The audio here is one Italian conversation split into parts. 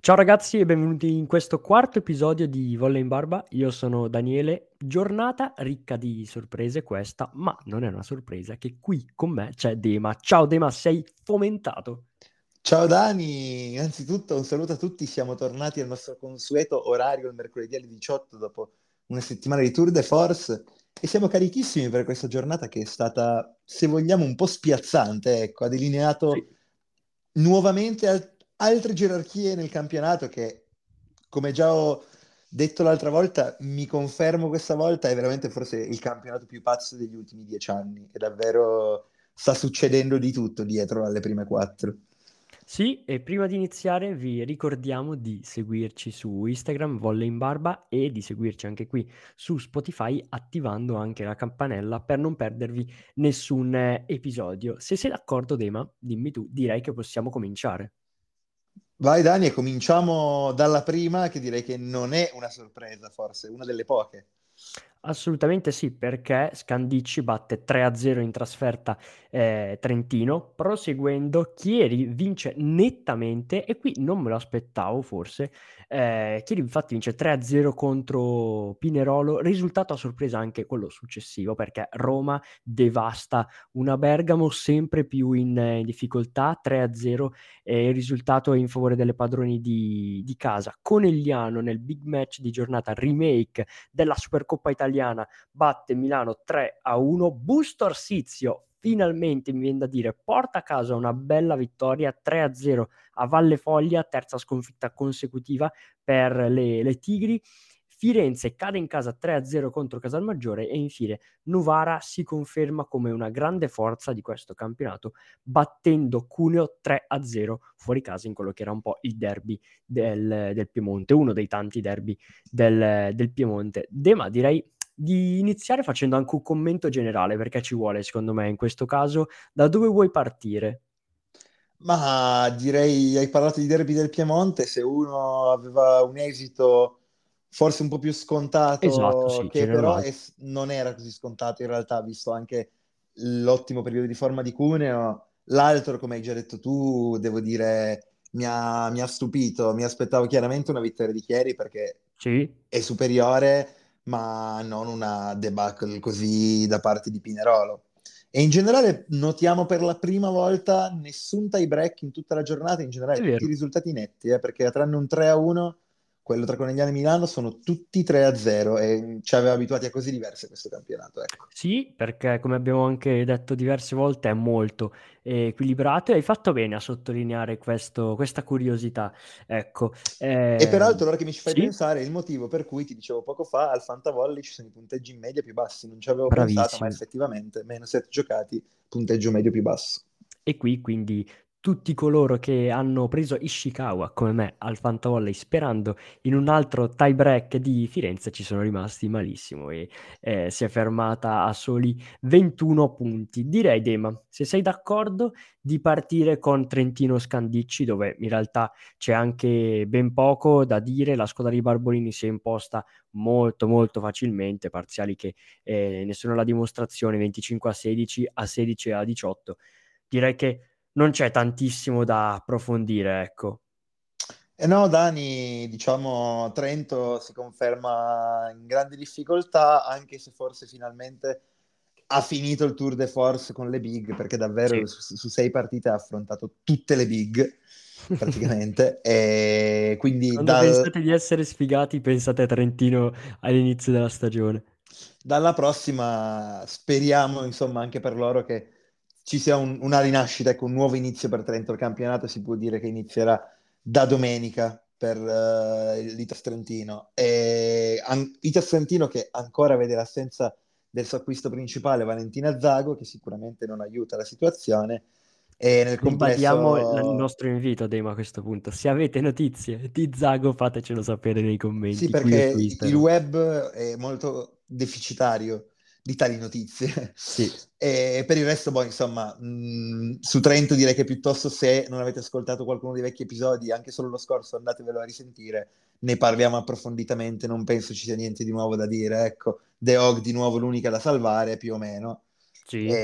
Ciao ragazzi e benvenuti in questo quarto episodio di Volley in Barba. Io sono Daniele. Giornata ricca di sorprese questa, ma non è una sorpresa che qui con me c'è Dema. Ciao Dema, sei fomentato? Ciao Dani, innanzitutto un saluto a tutti, siamo tornati al nostro consueto orario il mercoledì alle 18 dopo una settimana di Tour de Force e siamo carichissimi per questa giornata che è stata, se vogliamo, un po' spiazzante, ecco, ha delineato Sì. nuovamente altre gerarchie nel campionato che, come già ho detto l'altra volta, mi confermo questa volta, è veramente forse il campionato più pazzo degli ultimi 10 anni, e davvero sta succedendo di tutto dietro alle prime quattro. Sì, e prima di iniziare vi ricordiamo di seguirci su Instagram, Volley in Barba, e di seguirci anche qui su Spotify, attivando anche la campanella per non perdervi nessun episodio. Se sei d'accordo, Dema, dimmi tu, direi che possiamo cominciare. Vai Dani, e cominciamo dalla prima, che direi che non è una sorpresa, forse, una delle poche. Assolutamente sì, perché Scandicci batte 3-0 in trasferta Trentino, proseguendo Chieri vince nettamente e qui non me lo aspettavo forse. Chieri infatti vince 3-0 contro Pinerolo, risultato a sorpresa anche quello successivo perché Roma devasta una Bergamo sempre più in difficoltà, 3-0, il risultato è in favore delle padroni di casa. Conegliano nel big match di giornata remake della Supercoppa italiana batte Milano 3-1. Busto Arsizio finalmente, mi viene da dire, porta a casa una bella vittoria 3-0 a Valle Foglia, terza sconfitta consecutiva per le Tigri. Firenze cade in casa 3-0 contro Casalmaggiore e infine Novara si conferma come una grande forza di questo campionato, battendo Cuneo 3-0 fuori casa in quello che era un po' il derby del Piemonte, uno dei tanti derby del Piemonte. Dema, direi di iniziare facendo anche un commento generale, perché ci vuole, secondo me, in questo caso. Da dove vuoi partire? Ma direi, hai parlato di derby del Piemonte, se uno aveva un esito forse un po' più Esatto, scontato, sì, ce che n'erano però altri. non era così scontato in realtà, visto anche l'ottimo periodo di forma di Cuneo. L'altro, come hai già detto tu, devo dire, mi ha stupito. Mi aspettavo chiaramente una vittoria di Chieri perché Sì, è superiore, ma non una debacle così da parte di Pinerolo. E in generale notiamo per la prima volta nessun tie break in tutta la giornata, in è generale tutti i vero. risultati netti, perché tranne un 3-1, quello tra Conegliano e Milano, sono tutti 3-0 e ci aveva abituati a cose diverse questo campionato, ecco. Sì, perché come abbiamo anche detto diverse volte è molto equilibrato e hai fatto bene a sottolineare questa curiosità. Ecco, E peraltro, ora che mi ci fai sì, pensare, il motivo per cui ti dicevo poco fa, al Fantavolley ci sono i punteggi in media più bassi, non ci avevo pensato, ma bravissimo. effettivamente, meno 7 giocati, punteggio medio più basso. E qui quindi tutti coloro che hanno preso Ishikawa come me al Fantavolley sperando in un altro tie break di Firenze ci sono rimasti malissimo e si è fermata a soli 21 punti. Direi, Dema, se sei d'accordo, di partire con Trentino Scandicci, dove in realtà c'è anche ben poco da dire. La squadra di Barbolini si è imposta molto molto facilmente, parziali che ne sono la dimostrazione, 25-16, a 16 e a 18. Direi che non c'è tantissimo da approfondire, ecco. E no, Dani, diciamo, Trento si conferma in grande difficoltà, anche se forse finalmente ha finito il Tour de Force con le big, perché davvero Sì. su 6 partite ha affrontato tutte le big, praticamente. E quindi Quando pensate di essere sfigati, pensate a Trentino all'inizio della stagione. dalla prossima speriamo, insomma, anche per loro che ci sia una rinascita, ecco, un nuovo inizio per Trento. Il campionato si può dire che inizierà da domenica per l'Itas Trentino. E Itas Trentino che ancora vede l'assenza del suo acquisto principale, Valentina Zago, che sicuramente non aiuta la situazione. E nel Ribadiamo il complesso nostro invito, Dema, a questo punto. Se avete notizie di Zago, fatecelo sapere nei sì, commenti qui o su perché il Instagram. web è molto deficitario di tali notizie. Sì, E per il resto, boh, insomma, su Trento direi che piuttosto se non avete ascoltato qualcuno dei vecchi episodi, anche solo lo scorso, andatevelo a risentire, ne parliamo approfonditamente, non penso ci sia niente di nuovo da dire. Ecco, The Hog di nuovo l'unica da salvare, più o meno, sì.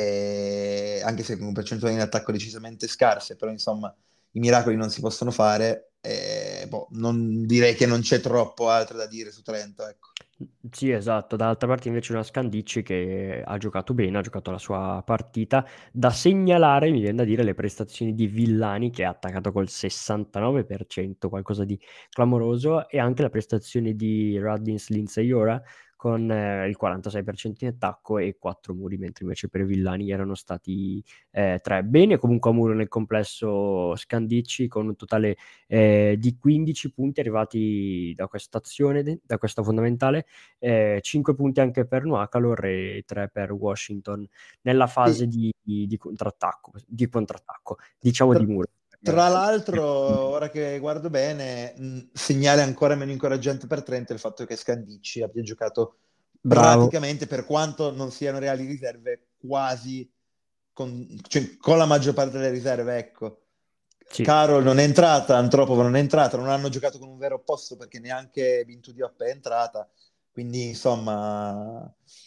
anche se con percentuali in attacco decisamente scarse, però insomma i miracoli non si possono fare. non direi che non c'è troppo altro da dire su Trento, ecco. Sì, esatto. Dall'altra parte invece una Scandicci che ha giocato bene, ha giocato la sua partita. Da segnalare, mi viene da dire, le prestazioni di Villani che ha attaccato col 69%, qualcosa di clamoroso, e anche la prestazione di Radins Lindsay Ora con il 46% in attacco e 4 muri, mentre invece per Villani erano stati 3. Bene comunque a muro nel complesso Scandicci con un totale di 15 punti arrivati da questa azione, da questa fondamentale, 5 punti anche per Nuakalor e 3 per Washington nella fase Sì. di contrattacco, diciamo di Tra, muro. tra l'altro, ora che guardo bene, segnale ancora meno incoraggiante per Trento il fatto che Scandicci abbia giocato Bravo, praticamente, per quanto non siano reali riserve, quasi cioè, con la maggior parte delle riserve, ecco. sì. Carol non è entrata, Antropova non è entrata, non hanno giocato con un vero opposto perché neanche Bintu Diop è entrata, quindi insomma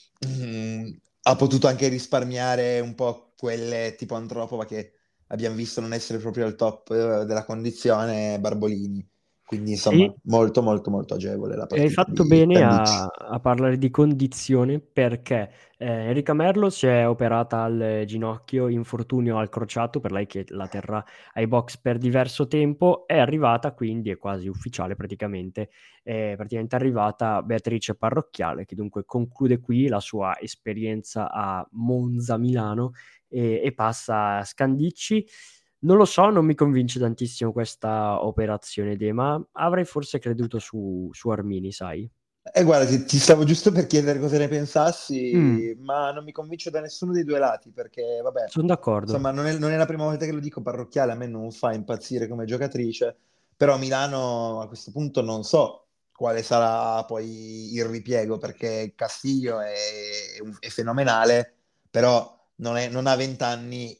ha potuto anche risparmiare un po' quelle tipo Antropova che abbiamo visto non essere proprio al top della condizione, Barbolini. Quindi insomma Sì, molto molto molto agevole la e hai partita fatto di bene Candici. a parlare di condizione perché Enrica Merlo si è operata al ginocchio, infortunio al crociato, per lei che la terrà ai box per diverso tempo, è arrivata quindi, è quasi ufficiale praticamente, è praticamente arrivata Beatrice Parrocchiale, che dunque conclude qui la sua esperienza a Monza Milano e passa a Scandicci. Non lo so, non mi convince tantissimo questa operazione ma avrei forse creduto su Armini, sai? E guarda, ti stavo giusto per chiedere cosa ne Mm, pensassi, ma non mi convince da nessuno dei due lati, perché vabbè, sono d'accordo. insomma, non è la prima volta che lo dico, Parrocchiale a me non fa impazzire come giocatrice, però Milano a questo punto non so quale sarà poi il ripiego, perché Castiglio è fenomenale, però non ha 20 anni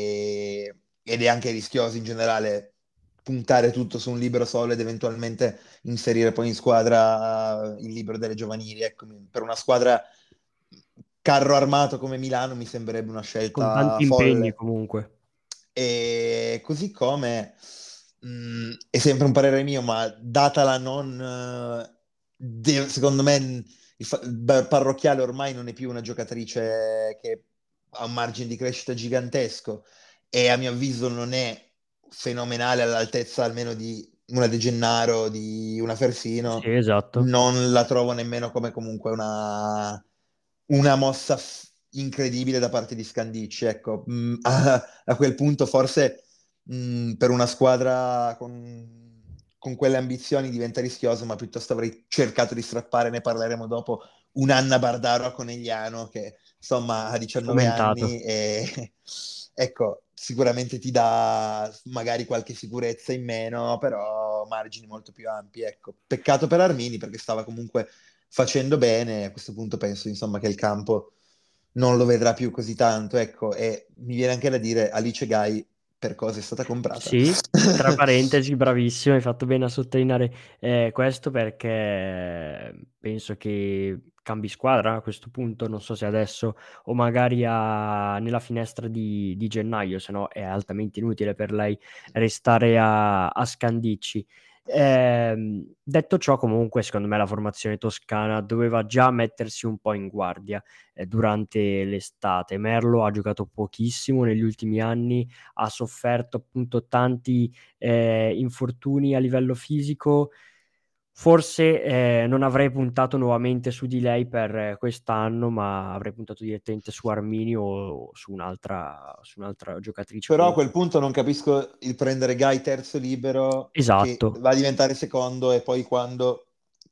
ed è anche rischioso in generale puntare tutto su un libero solo ed eventualmente inserire poi in squadra il libero delle giovanili. Ecco, per una squadra carro armato come Milano mi sembrerebbe una Con scelta tanti impegni folle. comunque. E così come, è sempre un parere mio, ma data la non... secondo me Parrocchiale ormai non è più una giocatrice che ha un margine di crescita gigantesco e a mio avviso non è fenomenale all'altezza almeno di una De Gennaro, di una Sì, Fersino, esatto. non la trovo nemmeno come comunque una mossa incredibile da parte di Scandicci. Ecco, a quel punto forse per una squadra con quelle ambizioni diventa rischioso, ma piuttosto avrei cercato di strappare, ne parleremo dopo, un'Anna Bardaro a Conegliano che insomma ha 19 Fomentato. anni e ecco, sicuramente ti dà magari qualche sicurezza in meno, però margini molto più ampi. Ecco. Peccato per Armini perché stava comunque facendo bene, a questo punto penso insomma che il campo non lo vedrà più così tanto, ecco, e mi viene anche da dire Alice Guy per cosa è stata comprata. Sì, tra parentesi, bravissimo, hai fatto bene a sottolineare questo perché penso che cambi squadra a questo punto, non so se adesso o magari nella finestra di gennaio, se no è altamente inutile per lei restare a Scandicci. Detto ciò, comunque, secondo me la formazione toscana doveva già mettersi un po' in guardia durante l'estate. Merlo ha giocato pochissimo negli ultimi anni, ha sofferto appunto tanti infortuni a livello fisico. Forse non avrei puntato nuovamente su di lei per quest'anno, ma avrei puntato direttamente su Armini o su un'altra giocatrice Però a quel comunque. punto non capisco il prendere Guy terzo libero che Esatto, va a diventare secondo e poi quando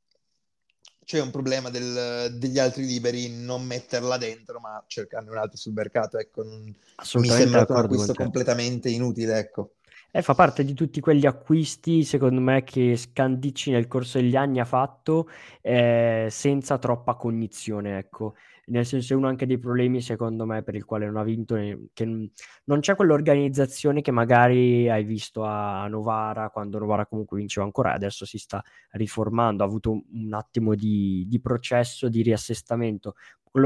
c'è un problema degli altri liberi non metterla dentro ma cercarne un altro sul mercato. Ecco, mi assolutamente sembra un d'accordo con acquisto te. completamente inutile. Ecco. Fa parte di tutti quegli acquisti, secondo me, che Scandicci nel corso degli anni ha fatto senza troppa cognizione, ecco. Nel senso è uno anche dei problemi, secondo me, per il quale non ha vinto, che non c'è quell'organizzazione che magari hai visto a Novara, quando Novara comunque vinceva ancora, e adesso si sta riformando, ha avuto un attimo di processo, di riassestamento.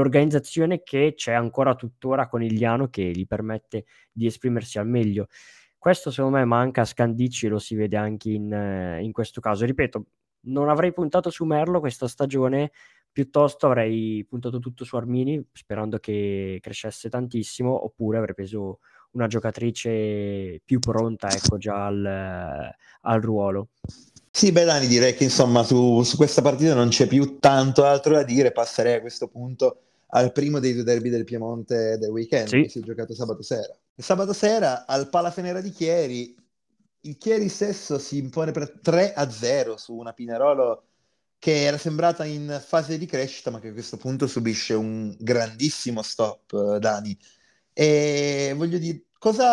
Quell'organizzazione che c'è ancora tuttora a Conigliano che gli permette di esprimersi al meglio. Questo secondo me manca a Scandicci, lo si vede anche in questo caso. Ripeto, non avrei puntato su Merlo questa stagione, piuttosto avrei puntato tutto su Armini, sperando che crescesse tantissimo, oppure avrei preso una giocatrice più pronta, ecco, già al ruolo. Sì, beh, Dani, direi che insomma su questa partita non c'è più tanto altro da dire. Passerei a questo punto al primo dei due derby del Piemonte del weekend, che Sì, si è giocato sabato sera. E sabato sera al Palafenera di Chieri, il Chieri stesso si impone per 3-0 su una Pinerolo che era sembrata in fase di crescita, ma che a questo punto subisce un grandissimo stop, Dani. E voglio dire,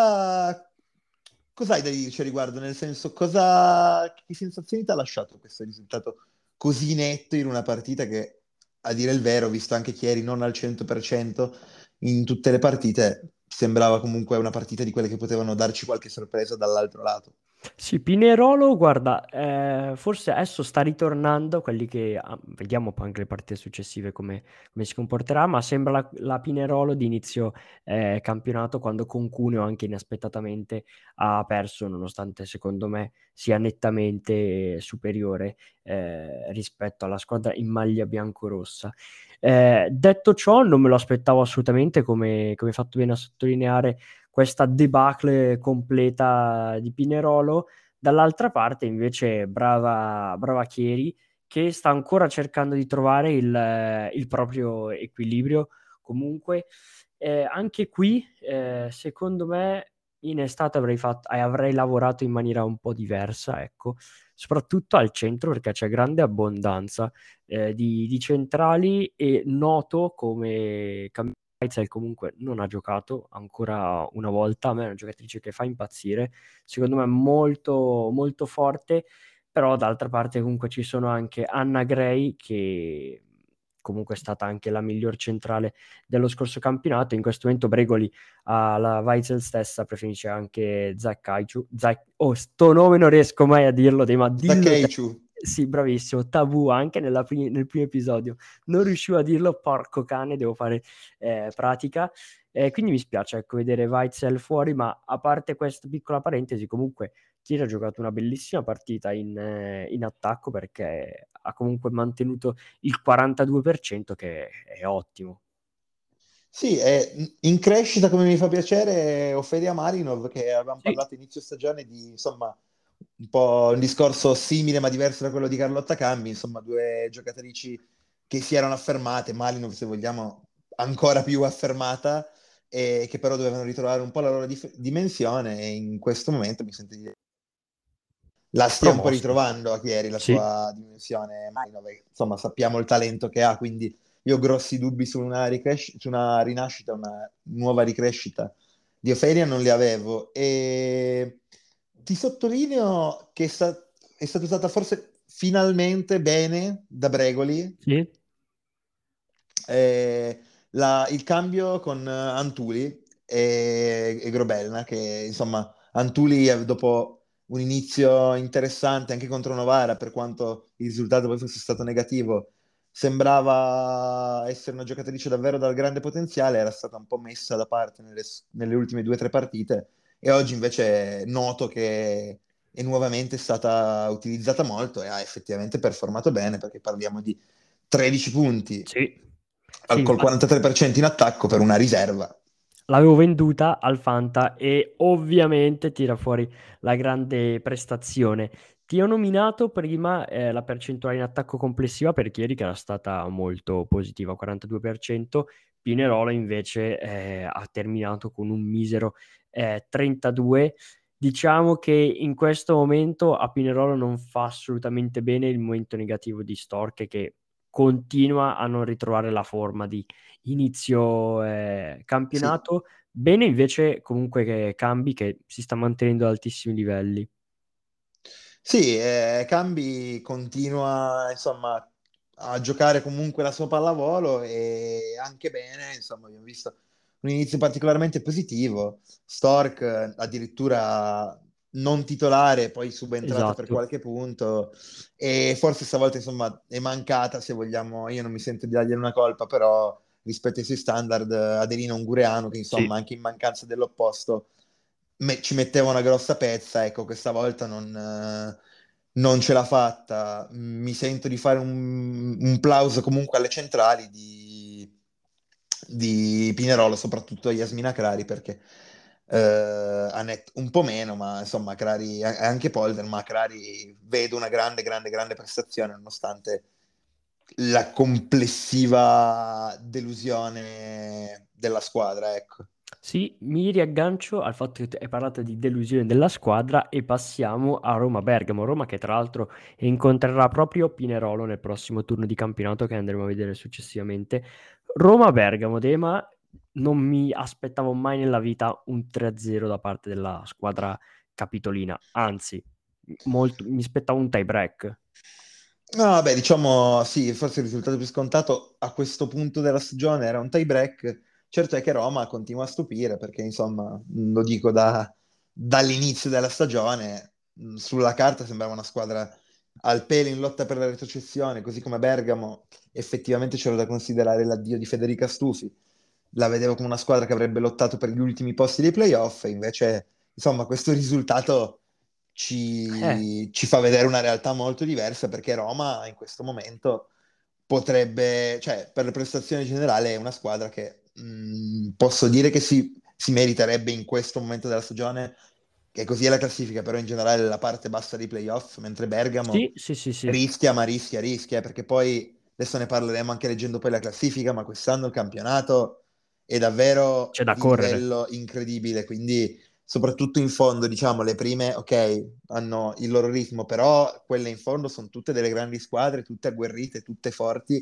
cosa hai da dirci a riguardo? Nel senso, che sensazioni ti ha lasciato questo risultato così netto in una partita che, a dire il vero, visto anche ieri non al 100% in tutte le partite, sembrava comunque una partita di quelle che potevano darci qualche sorpresa dall'altro lato. sì, Pinerolo, guarda, forse adesso sta ritornando, quelli che vediamo poi anche le partite successive come si comporterà, ma sembra la Pinerolo di inizio campionato quando con Cuneo anche inaspettatamente ha perso, nonostante secondo me sia nettamente superiore rispetto alla squadra in maglia biancorossa. Detto ciò, non me lo aspettavo assolutamente, come hai fatto bene a sottolineare questa debacle completa di Pinerolo. Dall'altra parte, invece, brava Chieri, che sta ancora cercando di trovare il proprio equilibrio. Comunque, anche qui, secondo me, in estate avrei lavorato in maniera un po' diversa, ecco, soprattutto al centro perché c'è grande abbondanza di centrali e noto come Weitzel comunque non ha giocato ancora una volta, a me è una giocatrice che fa impazzire, secondo me molto, molto forte, però d'altra parte comunque ci sono anche Anna Gray che comunque è stata anche la miglior centrale dello scorso campionato, in questo momento Bregoli alla Weitzel stessa preferisce anche Zaccaiciu, oh sto nome non riesco mai a dirlo, ma dillo te. Takeichu. Sì, bravissimo, tabù anche nel primo episodio. Non riuscivo a dirlo, porco cane, devo fare pratica. Quindi mi spiace ecco, vedere Weitzel fuori, ma a parte questa piccola parentesi, comunque Chiesa ha giocato una bellissima partita in attacco perché ha comunque mantenuto il 42% che è ottimo. Sì, è in crescita, come mi fa piacere, Ofelia Marinov, che avevamo Sì, parlato inizio stagione di, insomma, un po' un discorso simile ma diverso da quello di Carlotta Cambi, insomma, due giocatrici che si erano affermate, Marinov, se vogliamo, ancora più affermata, e che però dovevano ritrovare un po' la loro dimensione, e in questo momento mi sento di dire la stia un po' promossa. ritrovando a Chieri, la Sì, sua dimensione Marinov, insomma, sappiamo il talento che ha, quindi io ho grossi dubbi su una rinascita, una nuova ricrescita di Ofelia non li avevo. E ti sottolineo che è stata usata forse finalmente bene da Bregoli sì, il cambio con Antuli e Grobelna, che insomma Antuli dopo un inizio interessante anche contro Novara, per quanto il risultato poi fosse stato negativo, sembrava essere una giocatrice davvero dal grande potenziale, era stata un po' messa da parte nelle ultime 2 o 3 partite e oggi invece noto che è nuovamente stata utilizzata molto e ha effettivamente performato bene perché parliamo di 13 punti sì, sì, col infatti 43% in attacco per una riserva. l'avevo venduta al Fanta e ovviamente tira fuori la grande prestazione. Ti ho nominato prima la percentuale in attacco complessiva per Chieri che era stata molto positiva, 42%. Pinerolo invece ha terminato con un misero 32%. Diciamo che in questo momento a Pinerolo non fa assolutamente bene il momento negativo di Stork che continua a non ritrovare la forma di inizio Sì, campionato. Bene invece comunque che Cambi che si sta mantenendo ad altissimi livelli. sì, Cambi continua insomma a giocare comunque la sua pallavolo e anche bene, insomma abbiamo visto un inizio particolarmente positivo, Stork addirittura non titolare, poi subentrata per Esatto, qualche punto e forse stavolta insomma è mancata, se vogliamo, io non mi sento di dargliene una colpa, però rispetto ai suoi standard Adelina Ungureanu che sì, insomma anche in mancanza dell'opposto ci metteva una grossa pezza, ecco, questa volta non ce l'ha fatta. Mi sento di fare un plauso comunque alle centrali di Pinerolo, soprattutto a Yasmina Crari, perché Annette un po' meno, ma insomma Crari, anche Polder, ma Crari vedo una grande, grande, grande prestazione nonostante la complessiva delusione della squadra, ecco. Sì, mi riaggancio al fatto che hai parlato di delusione della squadra e passiamo a Roma-Bergamo. Roma che tra l'altro incontrerà proprio Pinerolo nel prossimo turno di campionato che andremo a vedere successivamente. Roma-Bergamo, Dema, non mi aspettavo mai nella vita un 3-0 da parte della squadra capitolina, anzi, mi aspettavo un tie break. No, vabbè, diciamo sì, forse il risultato più scontato a questo punto della stagione era un tie break. Certo è che Roma continua a stupire perché, insomma, lo dico dall'inizio della stagione, sulla carta sembrava una squadra al pelo in lotta per la retrocessione, così come Bergamo, effettivamente c'era da considerare l'addio di Federica Stufi. La vedevo come una squadra che avrebbe lottato per gli ultimi posti dei playoff, e invece, insomma, questo risultato Eh, ci fa vedere una realtà molto diversa perché Roma in questo momento potrebbe, cioè per le prestazioni generali è una squadra che posso dire che si meriterebbe in questo momento della stagione, che così è la classifica, però in generale la parte bassa dei playoff, mentre Bergamo sì, sì, sì, sì, rischia, ma rischia, perché poi adesso ne parleremo anche leggendo poi la classifica, ma quest'anno il campionato è davvero c'è da di correre. livello incredibile, quindi soprattutto in fondo, diciamo, le prime, ok, hanno il loro ritmo, però quelle in fondo sono tutte delle grandi squadre, tutte agguerrite, tutte forti,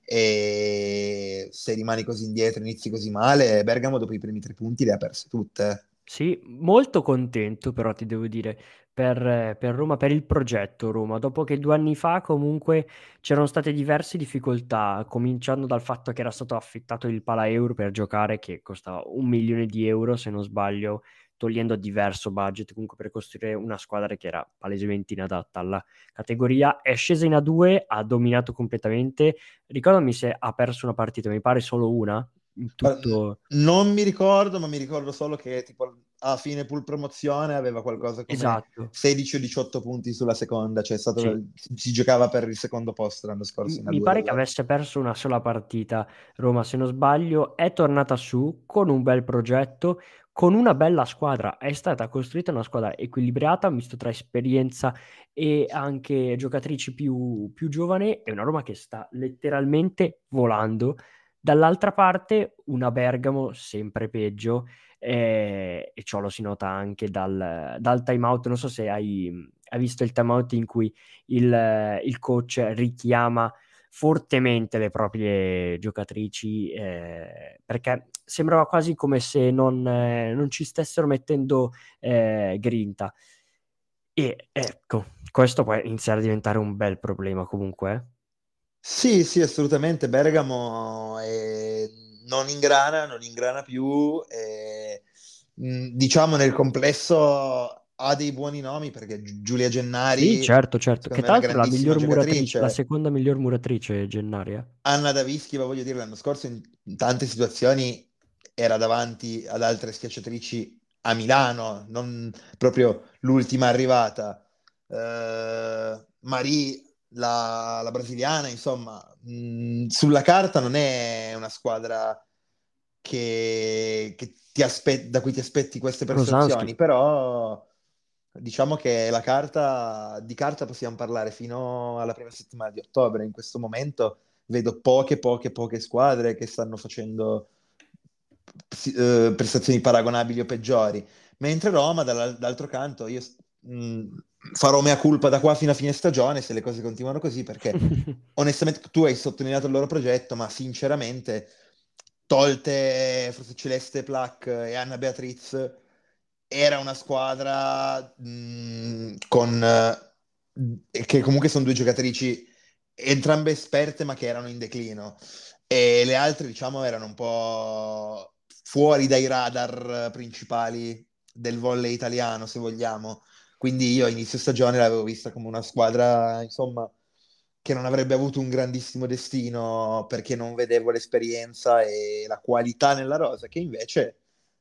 e se rimani così indietro, inizi così male, Bergamo dopo i primi 3 punti le ha perse tutte. Sì, molto contento però ti devo dire per Roma, per il progetto Roma, dopo che 2 anni fa comunque c'erano state diverse difficoltà, cominciando dal fatto che era stato affittato il Pala Euro per giocare che costava 1 milione di euro se non sbaglio, togliendo diverso budget comunque per costruire una squadra che era palesemente inadatta alla categoria, è scesa in A2, ha dominato completamente, ricordami se ha perso una partita, mi pare solo una in tutto. Non mi ricordo, ma mi ricordo solo che tipo a fine pool promozione aveva qualcosa come Esatto, 16 o 18 punti sulla seconda, cioè sì. si giocava per il secondo posto l'anno scorso in Mi A2 pare che davvero. avesse perso una sola partita Roma, se non sbaglio, è tornata su con un bel progetto, con una bella squadra. È stata costruita una squadra equilibrata, misto tra esperienza e anche giocatrici più giovani. È una Roma che sta letteralmente volando. Dall'altra parte, una Bergamo sempre peggio, e ciò lo si nota anche dal time out. Non so se hai visto il time out in cui il coach richiama fortemente le proprie giocatrici perché sembrava quasi come se non ci stessero mettendo grinta. E ecco, questo può iniziare a diventare un bel problema comunque. Sì, sì, assolutamente. Bergamo non ingrana più. Diciamo nel complesso ha dei buoni nomi perché Giulia Sì, Gennari, certo, certo. Che secondo me, è tra una l'altro è la grandissima miglior muratrice, la giocatrice. seconda miglior muratrice Gennaria. Anna Davischiva, voglio dire, l'anno scorso in tante situazioni era davanti ad altre schiacciatrici a Milano, non proprio l'ultima arrivata. Marie, la brasiliana, insomma, sulla carta non è una squadra che da cui ti aspetti queste Rosanski. prestazioni, però diciamo che di carta possiamo parlare fino alla prima settimana di ottobre. In questo momento vedo poche, poche, poche squadre che stanno facendo prestazioni paragonabili o peggiori. Mentre Roma, d'altro canto, io mh, farò mea culpa da qua fino a fine stagione se le cose continuano così, perché onestamente tu hai sottolineato il loro progetto, ma sinceramente, tolte forse Celeste Plac e Anna Beatriz, era una squadra che comunque sono due giocatrici entrambe esperte, ma che erano in declino. E le altre, diciamo, erano un po' fuori dai radar principali del volley italiano, se vogliamo. Quindi io a inizio stagione l'avevo vista come una squadra, insomma, che non avrebbe avuto un grandissimo destino perché non vedevo l'esperienza e la qualità nella rosa, che invece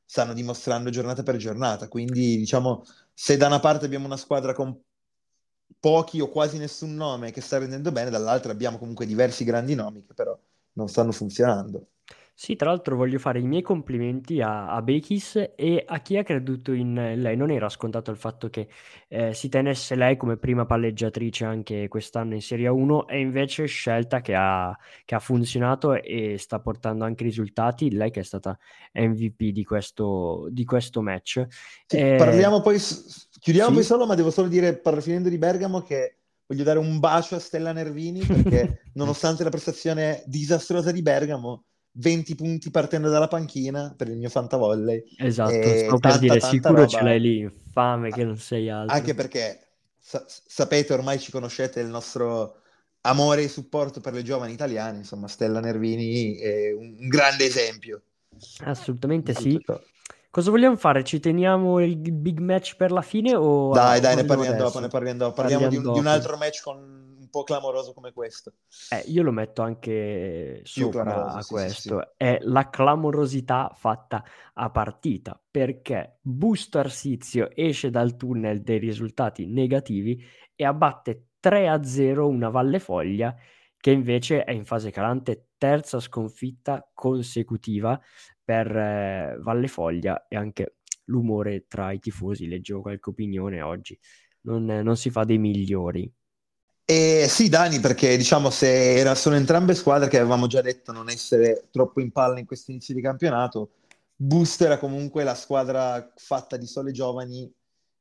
stanno dimostrando giornata per giornata. Quindi, diciamo, se da una parte abbiamo una squadra con pochi o quasi nessun nome che sta rendendo bene, dall'altra abbiamo comunque diversi grandi nomi che però non stanno funzionando. Sì, tra l'altro voglio fare i miei complimenti a Bekis e a chi ha creduto in lei. Non era scontato il fatto che si tenesse lei come prima palleggiatrice anche quest'anno in Serie 1 e invece scelta che ha funzionato e sta portando anche risultati. Lei che è stata MVP di questo match. Sì, Eh, parliamo poi, chiudiamo poi sì, solo, ma devo solo dire, finendo di Bergamo, che voglio dare un bacio a Stella Nervini perché nonostante la prestazione disastrosa di Bergamo, 20 punti partendo dalla panchina per il mio fantavolley esatto, e stavo per tanta dire, tanta sicuro ce l'hai roba. lì, infame che A- non sei altro. Anche perché sapete, ormai ci conoscete il nostro amore e supporto per le giovani italiane, insomma, Stella Nervini è un grande esempio di Assolutamente tutto sì. ciò. Cosa vogliamo fare? Ci teniamo il big match per la fine Dai, o dai, ne parliamo parliamo dopo, ne adesso? parliamo dopo. Parliamo Parliamo di un dopo. altro match con un po' clamoroso come questo. Io lo metto anche Più sopra clamoroso, a sì, sì, sì. questo. È la clamorosità fatta a partita, perché Busto Arsizio esce dal tunnel dei risultati negativi e abbatte 3-0 una Valle Foglia che invece è in fase calante, terza sconfitta consecutiva per Valle Foglia e anche l'umore tra i tifosi. Leggevo qualche opinione oggi. Non si fa dei migliori. E sì, Dani, perché diciamo sono entrambe squadre che avevamo già detto non essere troppo in palla in questo inizio di campionato. Boost era comunque la squadra fatta di sole giovani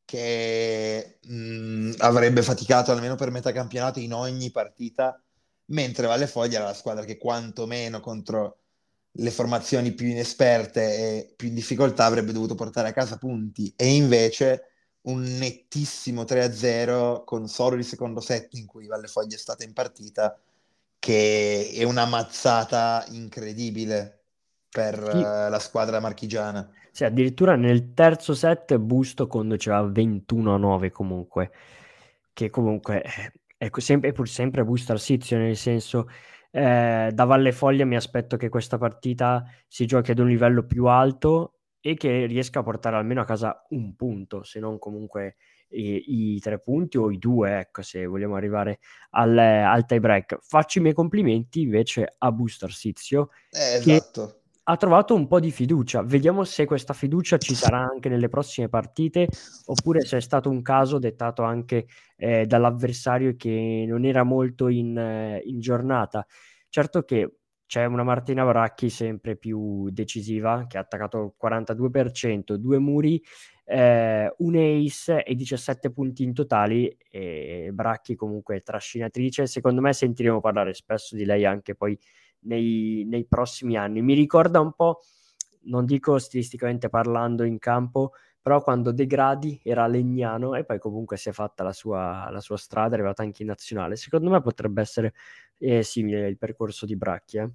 che avrebbe faticato almeno per metà campionato in ogni partita, mentre Valle Foglia era la squadra che quantomeno contro le formazioni più inesperte e più in difficoltà avrebbe dovuto portare a casa punti. E invece un nettissimo 3-0 con solo il secondo set in cui Valle Foglia è stata in partita, che è una mazzata incredibile per Sì, la squadra marchigiana. sì, addirittura nel terzo set Busto conduceva 21-9 comunque, che comunque è pur sempre Busto Arsizio, nel senso da Valle Foglia mi aspetto che questa partita si giochi ad un livello più alto e che riesca a portare almeno a casa un punto, se non comunque i 3 punti o i due, ecco, se vogliamo arrivare al tie break. Faccio i miei complimenti invece a Busto Arsizio che Esatto. ha trovato un po' di fiducia. Vediamo se questa fiducia ci sarà anche nelle prossime partite, oppure se è stato un caso dettato anche dall'avversario che non era molto in giornata. Certo che c'è una Martina Bracchi sempre più decisiva, che ha attaccato il 42%, due muri, un ace e 17 punti in totali. E Bracchi comunque trascinatrice. Secondo me sentiremo parlare spesso di lei anche poi nei prossimi anni. Mi ricorda un po', non dico stilisticamente parlando in campo, però quando De Gradi era a Legnano e poi comunque si è fatta la sua strada, è arrivata anche in nazionale. Secondo me potrebbe essere simile il percorso di Bracchi.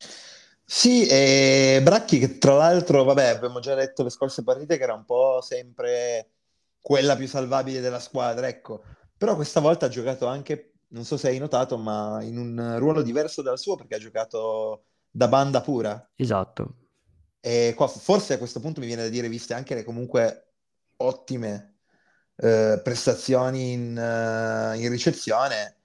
Sì, e Bracchi che tra l'altro, vabbè, abbiamo già detto le scorse partite che era un po' sempre quella più salvabile della squadra, ecco. Però questa volta ha giocato anche, non so se hai notato, ma in un ruolo diverso dal suo perché ha giocato da banda pura. Esatto. E qua forse a questo punto mi viene da dire, viste anche le comunque ottime prestazioni in ricezione,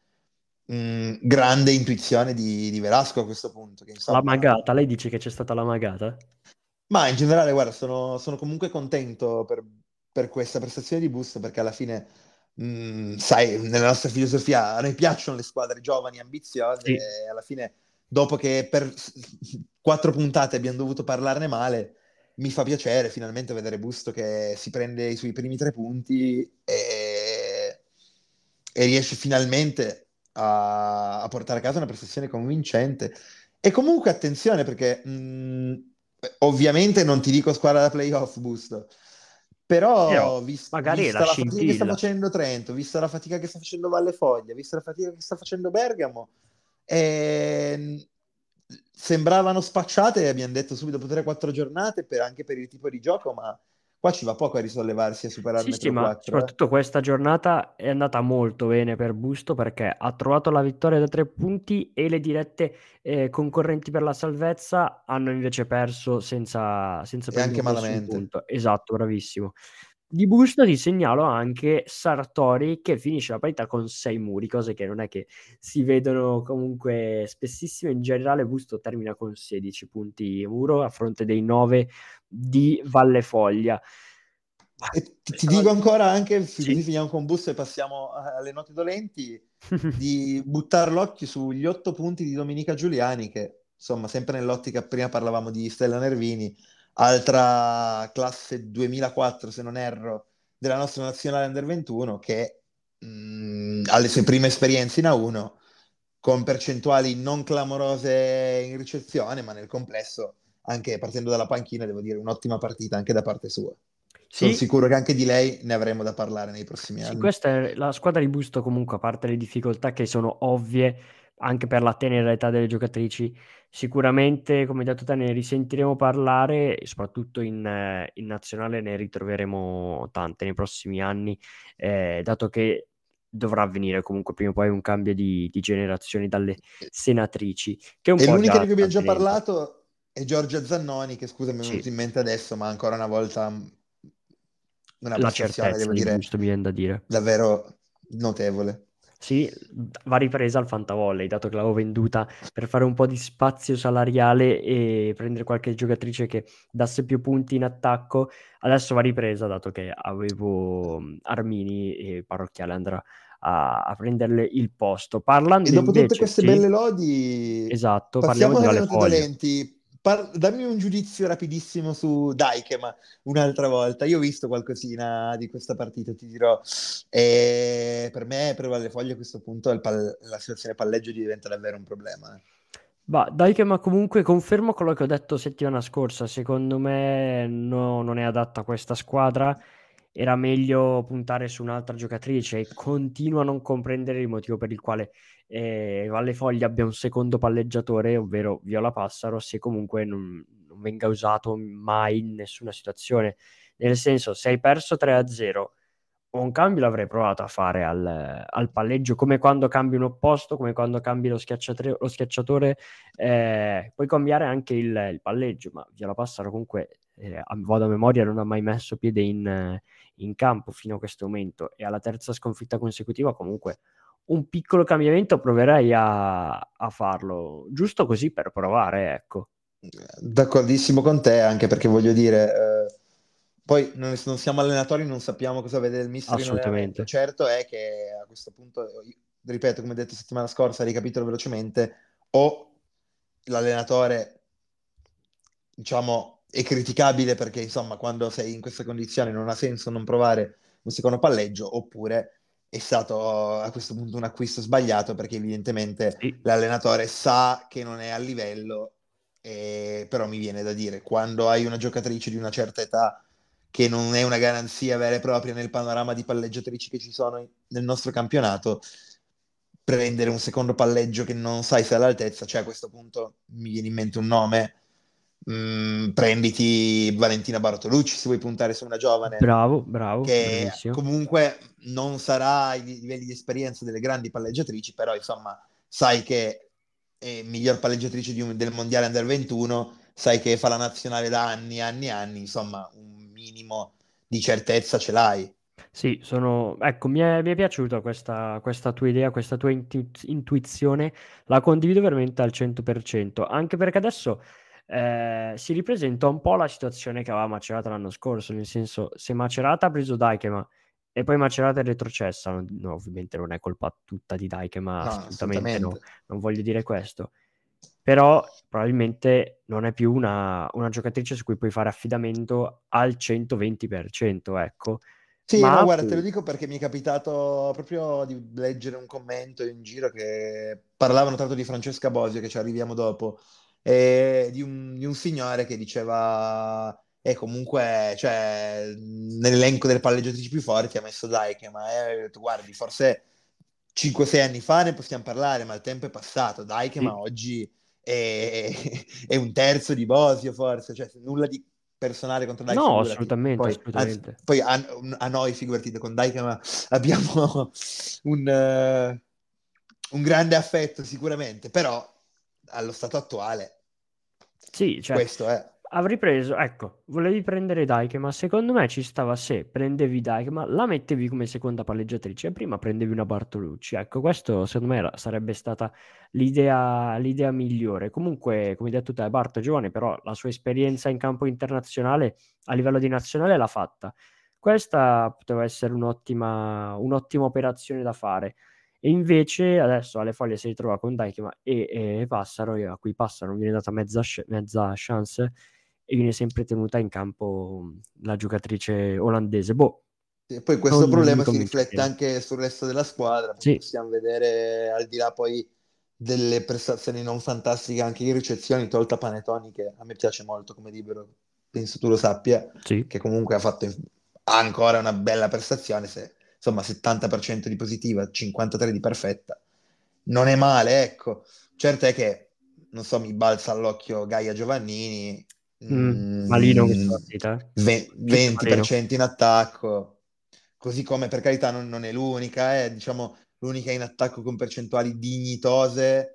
grande intuizione di Velasco a questo punto, che La insomma. magata, lei dice che c'è stata la magata? Ma in generale, guarda, sono comunque contento per questa prestazione di Busto perché alla fine, sai, nella nostra filosofia a noi piacciono le squadre giovani, ambiziose Sì. e alla fine, dopo che per 4 puntate abbiamo dovuto parlarne male, mi fa piacere finalmente vedere Busto che si prende i suoi primi 3 punti e riesce finalmente a portare a casa una prestazione convincente. E comunque attenzione perché ovviamente non ti dico squadra da playoff, Busto, Però però magari è la vista la fatica che sta scintilla. facendo Trento, vista la fatica che sta facendo Valle Foglia, vista la fatica che sta facendo Bergamo, ehm, sembravano spacciate, abbiamo detto subito dopo 3-4 giornate, anche per il tipo di gioco, ma qua ci va poco a risollevarsi e a superare Sì, il sì, metro ma 4, eh. soprattutto questa giornata è andata molto bene per Busto perché ha trovato la vittoria da 3 punti e le dirette concorrenti per la salvezza hanno invece perso senza E anche prendere nessun malamente. punto. Esatto, bravissimo. Di Busto ti segnalo anche Sartori che finisce la partita con 6 muri, cose che non è che si vedono comunque spessissimo. In generale Busto termina con 16 punti muro a fronte dei 9 di Vallefoglia. Ma E ti questa- dico ancora anche, così Sì. finiamo con Busto e passiamo alle note dolenti, di buttare l'occhio sugli 8 punti di Domenica Giuliani, che insomma, sempre nell'ottica, prima parlavamo di Stella Nervini, altra classe 2004, se non erro, della nostra nazionale Under 21, che ha le sue prime esperienze in A1, con percentuali non clamorose in ricezione, ma nel complesso, anche partendo dalla panchina, devo dire, un'ottima partita anche da parte sua. Sono Sì, sicuro che anche di lei ne avremo da parlare nei prossimi sì, anni. questa è la squadra di Busto comunque, a parte le difficoltà che sono ovvie anche per la tenera età delle giocatrici, sicuramente, come hai detto te, ne risentiremo parlare e soprattutto in nazionale ne ritroveremo tante nei prossimi anni, dato che dovrà avvenire comunque prima o poi un cambio di generazioni dalle senatrici, che un E po' l'unica già di cui sta abbiamo già avvenendo. parlato è Giorgia Zannoni, che scusa mi è Sì, venuto in mente adesso, ma ancora una volta una la prestazione, certezza devo di dire, Busto, mi viene da dire. davvero notevole. Sì, va ripresa al Fantavolley, dato che l'avevo venduta per fare un po' di spazio salariale e prendere qualche giocatrice che dasse più punti in attacco. Adesso va ripresa, dato che avevo Armini e Parrocchiale andrà a prenderle il posto. E Parlando dopo tutte invece, queste sì, belle lodi, esatto, parliamo passiamo di alle Valle note Foglia. dolenti. Dammi un giudizio rapidissimo su Dykema un'altra volta. Io ho visto qualcosina di questa partita, ti dirò. E per me, per Valle Foglia, a questo punto la situazione palleggio diventa davvero un problema. Bah, dai che ma comunque confermo quello che ho detto settimana scorsa. Secondo me non è adatta a questa squadra. Era meglio puntare su un'altra giocatrice e continuo a non comprendere il motivo per il quale Valle Foglia abbia un secondo palleggiatore, ovvero Viola Passaro, se comunque non venga usato mai in nessuna situazione. Nel senso, se hai perso 3-0 un cambio l'avrei provato a fare al palleggio, come quando cambi un opposto, come quando cambi lo schiacciatore, puoi cambiare anche il palleggio, ma Viola Passaro comunque, vado a memoria, non ha mai messo piede in campo fino a questo momento e alla terza sconfitta consecutiva comunque un piccolo cambiamento proverei a farlo, giusto così per provare, ecco. D'accordissimo con te, anche perché voglio dire, poi non siamo allenatori, non sappiamo cosa vede il mister in allenamento. Assolutamente. Certo è che a questo punto, ripeto, come detto settimana scorsa, ricapitolo velocemente, o l'allenatore, diciamo, è criticabile perché, insomma, quando sei in queste condizioni non ha senso non provare un secondo palleggio, oppure è stato a questo punto un acquisto sbagliato perché evidentemente Sì, l'allenatore sa che non è a livello, però mi viene da dire, quando hai una giocatrice di una certa età che non è una garanzia vera e propria nel panorama di palleggiatrici che ci sono nel nostro campionato, prendere un secondo palleggio che non sai se è all'altezza, cioè a questo punto mi viene in mente un nome, prenditi Valentina Bartolucci se vuoi puntare su una giovane bravo, bravo, che bravissimo. comunque non sarà ai livelli di esperienza delle grandi palleggiatrici, però insomma sai che è miglior palleggiatrice del mondiale Under 21, sai che fa la nazionale da anni, anni, anni, insomma un minimo di certezza ce l'hai. Sì, ecco, mi è piaciuta questa tua idea, questa tua intuizione, la condivido veramente al 100%, anche perché adesso si ripresenta un po' la situazione che aveva Macerata l'anno scorso, nel senso, se Macerata ha preso Dykema e poi Macerata è retrocessa, no, ovviamente non è colpa tutta di Dykema, No, assolutamente no, assolutamente. non voglio dire questo, però probabilmente non è più una giocatrice su cui puoi fare affidamento al 120%, ecco. Sì, no, Ma guarda, te lo dico perché mi è capitato proprio di leggere un commento in giro che parlavano tanto di Francesca Bosio, che ci arriviamo dopo, e di un signore che diceva, e comunque, cioè, nell'elenco delle palleggiatrici più forti ha messo Dijk, ma tu guardi, forse 5-6 anni fa ne possiamo parlare, ma il tempo è passato. Dijk, ma sì, oggi è, è un terzo di Bosio, forse, cioè nulla di personale contro Dijk, No, figurati. assolutamente, Poi, anzi, assolutamente. poi a noi, figurati, con Dijk ma abbiamo un grande affetto sicuramente, però allo stato attuale Sì, cioè, questo è. avrei preso, ecco, volevi prendere Dyke, ma secondo me ci stava se prendevi Dyke, ma la mettevi come seconda palleggiatrice e prima prendevi una Bartolucci. Ecco, questo secondo me sarebbe stata l'idea migliore. Comunque, come hai detto te, Barto è giovane, però la sua esperienza in campo internazionale a livello di nazionale l'ha fatta. Questa poteva essere un'ottima operazione da fare. E invece adesso alle foglie si ritrova con Dykema e Passaro, a cui Passaro non viene data mezza chance e viene sempre tenuta in campo la giocatrice olandese. Boh, E poi questo non mi problema si convince riflette pieno. anche sul resto della squadra, perché Sì, possiamo vedere, al di là poi delle prestazioni non fantastiche, anche in ricezioni, tolta Panettoni, che a me piace molto come libero, penso tu lo sappia, sì. che comunque ha ancora una bella prestazione, se, insomma 70% di positiva, 53% di perfetta, non è male, ecco. Certo è che, non so, mi balza all'occhio Gaia Giovannini, Malino questa partita, eh. Uscito malino. 20% in attacco, così come per carità non è l'unica, è diciamo l'unica in attacco con percentuali dignitose.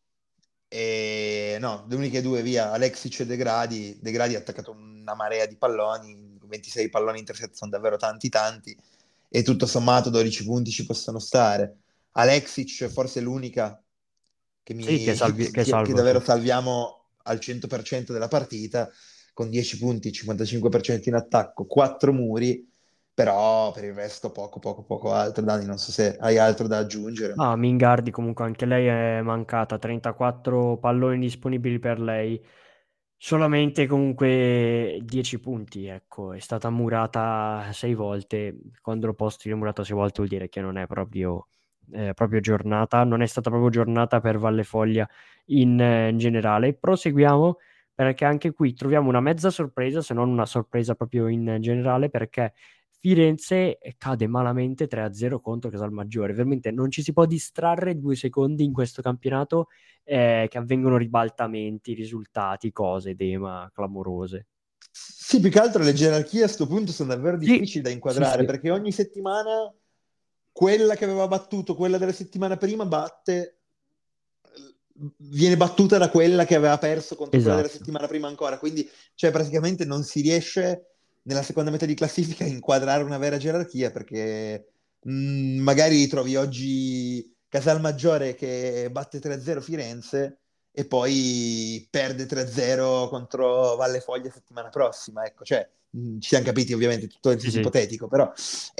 E no, le uniche due via, Alexic e De Gradi. De Gradi ha attaccato una marea di palloni, 26 palloni intercetti sono davvero tanti tanti, e tutto sommato 12 punti ci possono stare. Alexic forse è l'unica Sì, che che salvo, sì. davvero salviamo al 100% della partita, con 10 punti, 55% in attacco, 4 muri, però per il resto poco altro. Dani, non so se hai altro da aggiungere. Ah, Mingardi comunque anche lei è mancata, 34 palloni disponibili per lei, solamente comunque 10 punti, ecco, è stata murata 6 volte, quando lo posto di murata 6 volte vuol dire che non è proprio giornata, non è stata proprio giornata per Valle Foglia in generale. Proseguiamo perché anche qui troviamo una mezza sorpresa, se non una sorpresa proprio in generale, perché Firenze cade malamente 3-0 contro Casalmaggiore. Veramente non ci si può distrarre 2 secondi in questo campionato che avvengono ribaltamenti, risultati, cose, dema clamorose. Sì, più che altro le gerarchie a questo punto sono davvero Sì, difficili da sì, inquadrare, sì, perché ogni settimana quella che aveva battuto quella della settimana prima viene battuta da quella che aveva perso contro quella della esatto. settimana prima ancora. Quindi, cioè, praticamente non si riesce nella seconda metà di classifica a inquadrare una vera gerarchia, perché magari trovi oggi Casalmaggiore che batte 3-0 Firenze e poi perde 3-0 contro Valle Foglia settimana prossima. Ecco, cioè, ci siamo capiti ovviamente, tutto in Sì, senso sì, ipotetico, però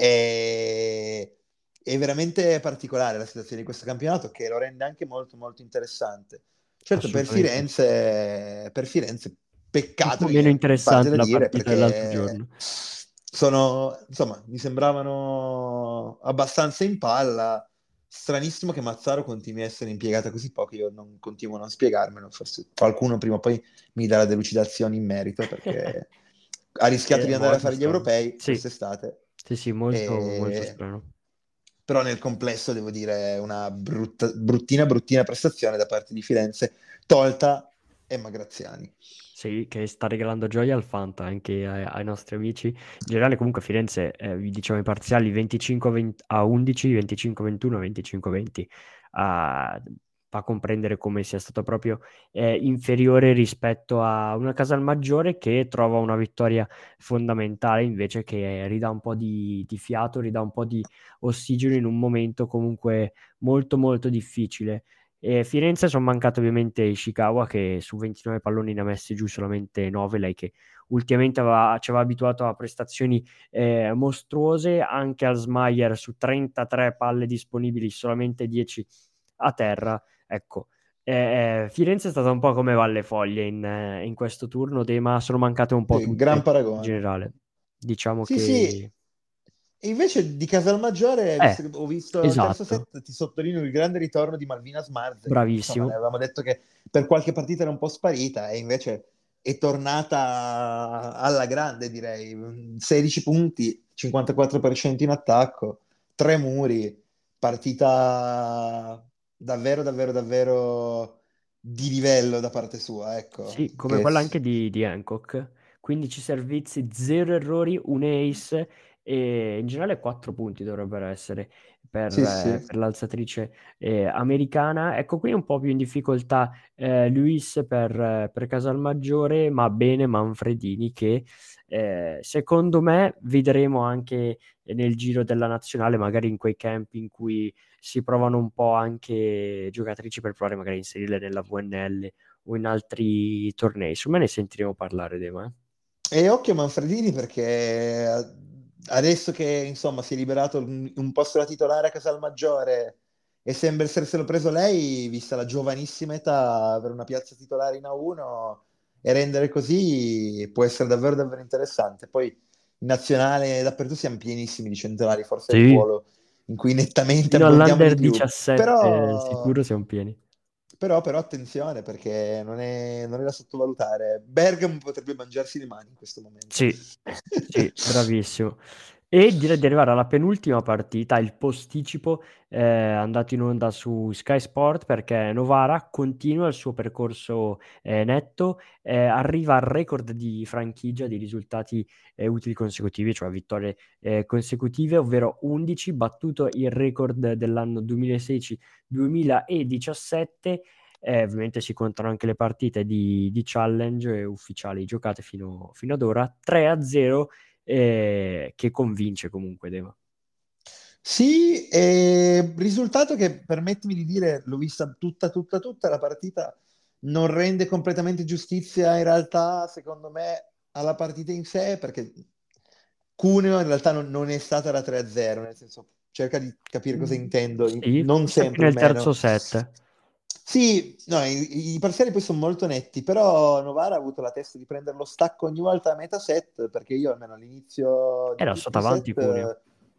è veramente particolare la situazione di questo campionato, che lo rende anche molto molto interessante. Certo, assolutamente sì. Per Firenze Un peccato, po' mi meno viene in parte interessante da la dire, partita dell'altro perché giorno. insomma, mi sembravano abbastanza in palla. Stranissimo che Mazzaro continui a essere impiegata così poco, io non continuo a non spiegarmelo, forse qualcuno prima o poi mi darà delucidazioni in merito, perché ha rischiato È di andare a molto fare gli strano. europei Sì, quest'estate, sì, sì, molto, molto e strano. però nel complesso devo dire una bruttina prestazione da parte di Firenze, tolta Emma Graziani. Sì, che sta regalando gioia al Fanta anche ai nostri amici. In generale, comunque, Firenze, vi diciamo i parziali 25-11, 25-21, 25-20. Ah, fa comprendere come sia stato proprio inferiore rispetto a una Casalmaggiore che trova una vittoria fondamentale invece che ridà un po' di fiato, ridà un po' di ossigeno in un momento comunque molto molto difficile. E Firenze sono mancate ovviamente Ishikawa che su 29 palloni ne ha messi giù solamente 9, lei che ultimamente ci aveva abituato a prestazioni mostruose, anche al Smayer su 33 palle disponibili solamente 10 a terra. Ecco, Firenze è stata un po' come Valle Foglie in questo turno, ma sono mancate un po' Sì, gran tutte in paragone. generale. Diciamo Sì, sì, che... e invece di Casalmaggiore, visto che ho visto il terzo esatto, set, ti sottolineo il grande ritorno di Malvina Smarze, che insomma ne bravissimo. avevamo detto che per qualche partita era un po' sparita, e invece è tornata alla grande, direi. 16 punti, 54% in attacco, 3 muri, partita davvero di livello da parte sua, ecco. Sì, come quella anche di Hancock. 15 servizi, 0 errori, un ace e in generale 4 punti dovrebbero essere Sì, sì. per l'alzatrice americana. Ecco qui un po' più in difficoltà Luis per Casalmaggiore, ma bene Manfredini che secondo me vedremo anche nel giro della nazionale, magari in quei camp in cui si provano un po' anche giocatrici per provare magari a inserirle nella VNL o in altri tornei. Su me ne sentiremo parlare, Dema. E occhio a Manfredini perché adesso che insomma si è liberato un posto da titolare a Casalmaggiore e sembra esserselo preso lei, vista la giovanissima età, avere una piazza titolare in A1 e rendere così può essere davvero davvero interessante. Poi in nazionale dappertutto siamo pienissimi di centrali, forse è il Sì, ruolo in cui nettamente fino abbondiamo di all'Under più. 17 Però sicuro siamo pieni. però attenzione perché non è da sottovalutare. Bergamo potrebbe mangiarsi le mani in questo momento. Sì, sì, bravissimo. E direi di arrivare alla penultima partita, il posticipo andato in onda su Sky Sport perché Novara continua il suo percorso netto, arriva al record di franchigia di risultati utili consecutivi, cioè vittorie consecutive, ovvero 11, battuto il record dell'anno 2016-2017. Ovviamente si contano anche le partite di challenge ufficiali giocate fino ad ora. 3-0 che convince comunque Deva. Sì, risultato che, permettimi di dire, l'ho vista tutta la partita, non rende completamente giustizia in realtà, secondo me, alla partita in sé, perché Cuneo in realtà non è stata da 3-0, nel senso, cerca di capire cosa intendo, Sì, non forse più sempre nel almeno. terzo set. Sì, no, i parziali poi sono molto netti, però Novara ha avuto la testa di prendere lo stacco ogni volta a metà set, perché io almeno all'inizio di Era tutti stato i avanti set Cuneo.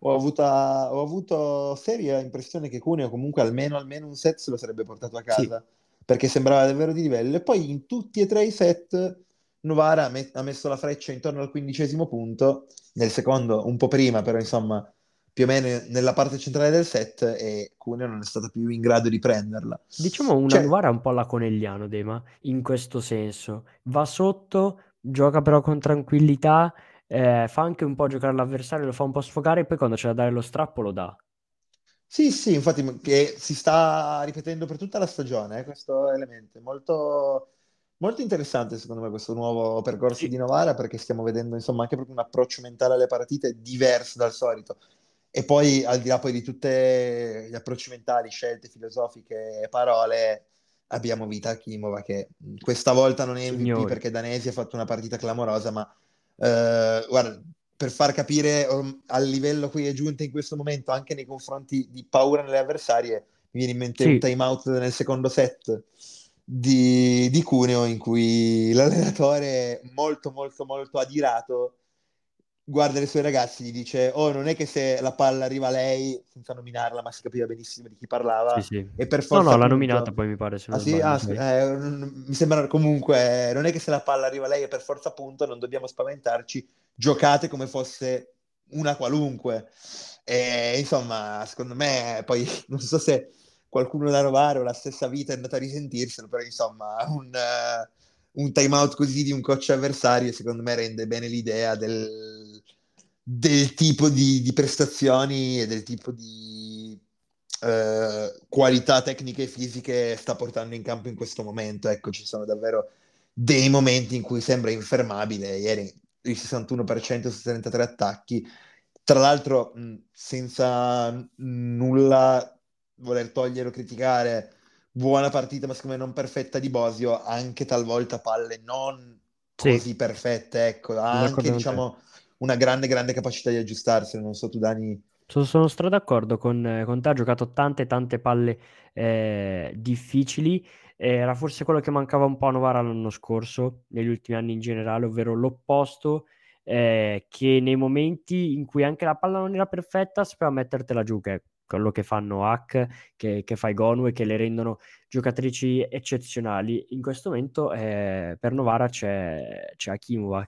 ho avuto seria impressione che Cuneo comunque almeno un set se lo sarebbe portato a Sì, casa, perché sembrava davvero di livello. E poi in tutti e tre i set Novara ha messo la freccia intorno al 15° punto, nel secondo un po' prima, però insomma più o meno nella parte centrale del set e Cuneo non è stata più in grado di prenderla. diciamo una Cioè, Novara un po' alla Conegliano Dema, in questo senso. Va sotto, gioca però con tranquillità, fa anche un po' giocare l'avversario, lo fa un po' sfogare e poi quando c'è da dare lo strappo lo dà. sì, sì, infatti che si sta ripetendo per tutta la stagione, questo elemento. È molto, molto interessante secondo me questo nuovo percorso Sì, di Novara perché stiamo vedendo insomma anche proprio un approccio mentale alle partite diverso dal solito. E poi al di là poi di tutti gli approcci mentali, scelte filosofiche e parole, abbiamo Vita Akimova che questa volta non è MVP signori. perché Danesi ha fatto una partita clamorosa, ma guarda, per far capire al livello a cui è giunta in questo momento, anche nei confronti di paura nelle avversarie, mi viene in mente un Sì, time out nel secondo set di Cuneo in cui l'allenatore molto molto molto adirato guarda i suoi ragazzi e gli dice oh non è che se la palla arriva a lei senza nominarla ma si capiva benissimo di chi sì, parlava sì. e per No, no, forza l'ha nominata punto poi mi pare se ah non sì? sbaglio, Ah, sai. mi sembra comunque non è che se la palla arriva a lei e per forza punto non dobbiamo spaventarci, giocate come fosse una qualunque e insomma secondo me poi non so se qualcuno da Novara o la stessa vita è andata a risentirselo però insomma un time out così di un coach avversario, secondo me rende bene l'idea del tipo di prestazioni e del tipo di qualità tecniche e fisiche sta portando in campo in questo momento. Ecco, ci sono davvero dei momenti in cui sembra infermabile. Ieri il 61% su 33 attacchi. Tra l'altro, senza nulla voler togliere o criticare buona partita, ma secondo me non perfetta di Bosio, anche talvolta palle non Sì, così perfette, ecco, ha sono anche, d'accordo con te. diciamo, una grande, grande capacità di aggiustarsi, non so tu, Dani. Sono stra d'accordo con te, ha giocato tante tante palle difficili, era forse quello che mancava un po' a Novara l'anno scorso, negli ultimi anni in generale, ovvero l'opposto, che nei momenti in cui anche la palla non era perfetta sapeva mettertela giù, che è quello che fanno Hack, che fa i Gonu e che le rendono giocatrici eccezionali. In questo momento per Novara c'è Akimova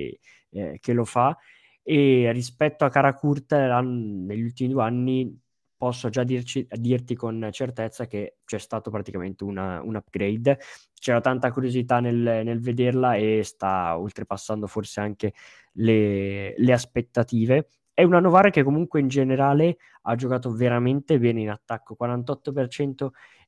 che lo fa e rispetto a Karakurt negli ultimi 2 anni posso già dirti con certezza che c'è stato praticamente un upgrade. C'era tanta curiosità nel vederla e sta oltrepassando forse anche le aspettative. È una Novara che comunque in generale ha giocato veramente bene in attacco, 48%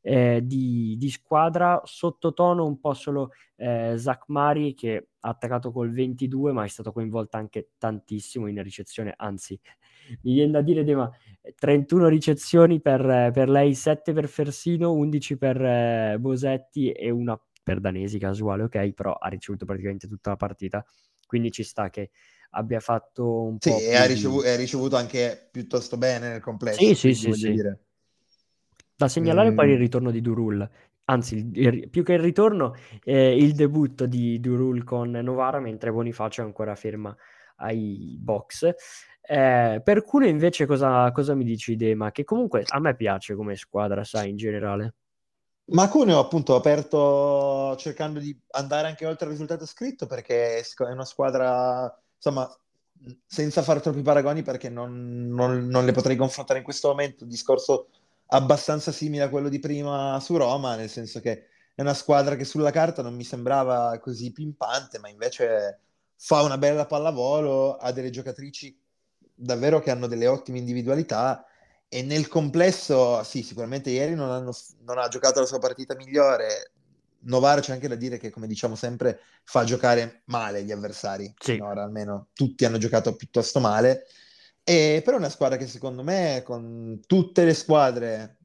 di squadra, sottotono un po' solo Zach Mari che ha attaccato col 22 ma è stato coinvolto anche tantissimo in ricezione, anzi mi viene da dire ma 31 ricezioni per lei, 7 per Fersino, 11 per Bosetti e una per Danesi casuale, ok, però ha ricevuto praticamente tutta la partita, quindi ci sta che abbia fatto un Sì, po' e più di... ha ricevuto anche piuttosto bene nel Sì, complesso, sì, quindi sì, voglio sì. dire... Da segnalare poi il mm, ritorno di Durul, anzi, più che il ritorno, il debutto di Durul con Novara, mentre Bonifacio è ancora ferma ai box. Per Cuneo invece cosa mi dici, Dema? Che comunque a me piace come squadra, sai, in generale. Ma Cuneo appunto ha aperto cercando di andare anche oltre il risultato scritto perché è una squadra, insomma, senza fare troppi paragoni perché non le potrei confrontare in questo momento, un discorso abbastanza simile a quello di prima su Roma, nel senso che è una squadra che sulla carta non mi sembrava così pimpante, ma invece fa una bella pallavolo, ha delle giocatrici davvero che hanno delle ottime individualità e nel complesso, sì, sicuramente ieri non ha giocato la sua partita migliore. Novara c'è anche da dire che, come diciamo sempre, fa giocare male gli avversari. Sì, Finora almeno tutti hanno giocato piuttosto male. E però è una squadra che secondo me, con tutte le squadre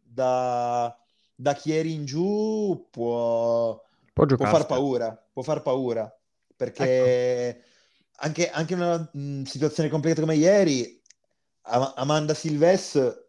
da Chieri in giù, può può far giocarsela. paura. Può far paura. Ecco, Perché anche in una situazione complicata come ieri, Amanda Silves,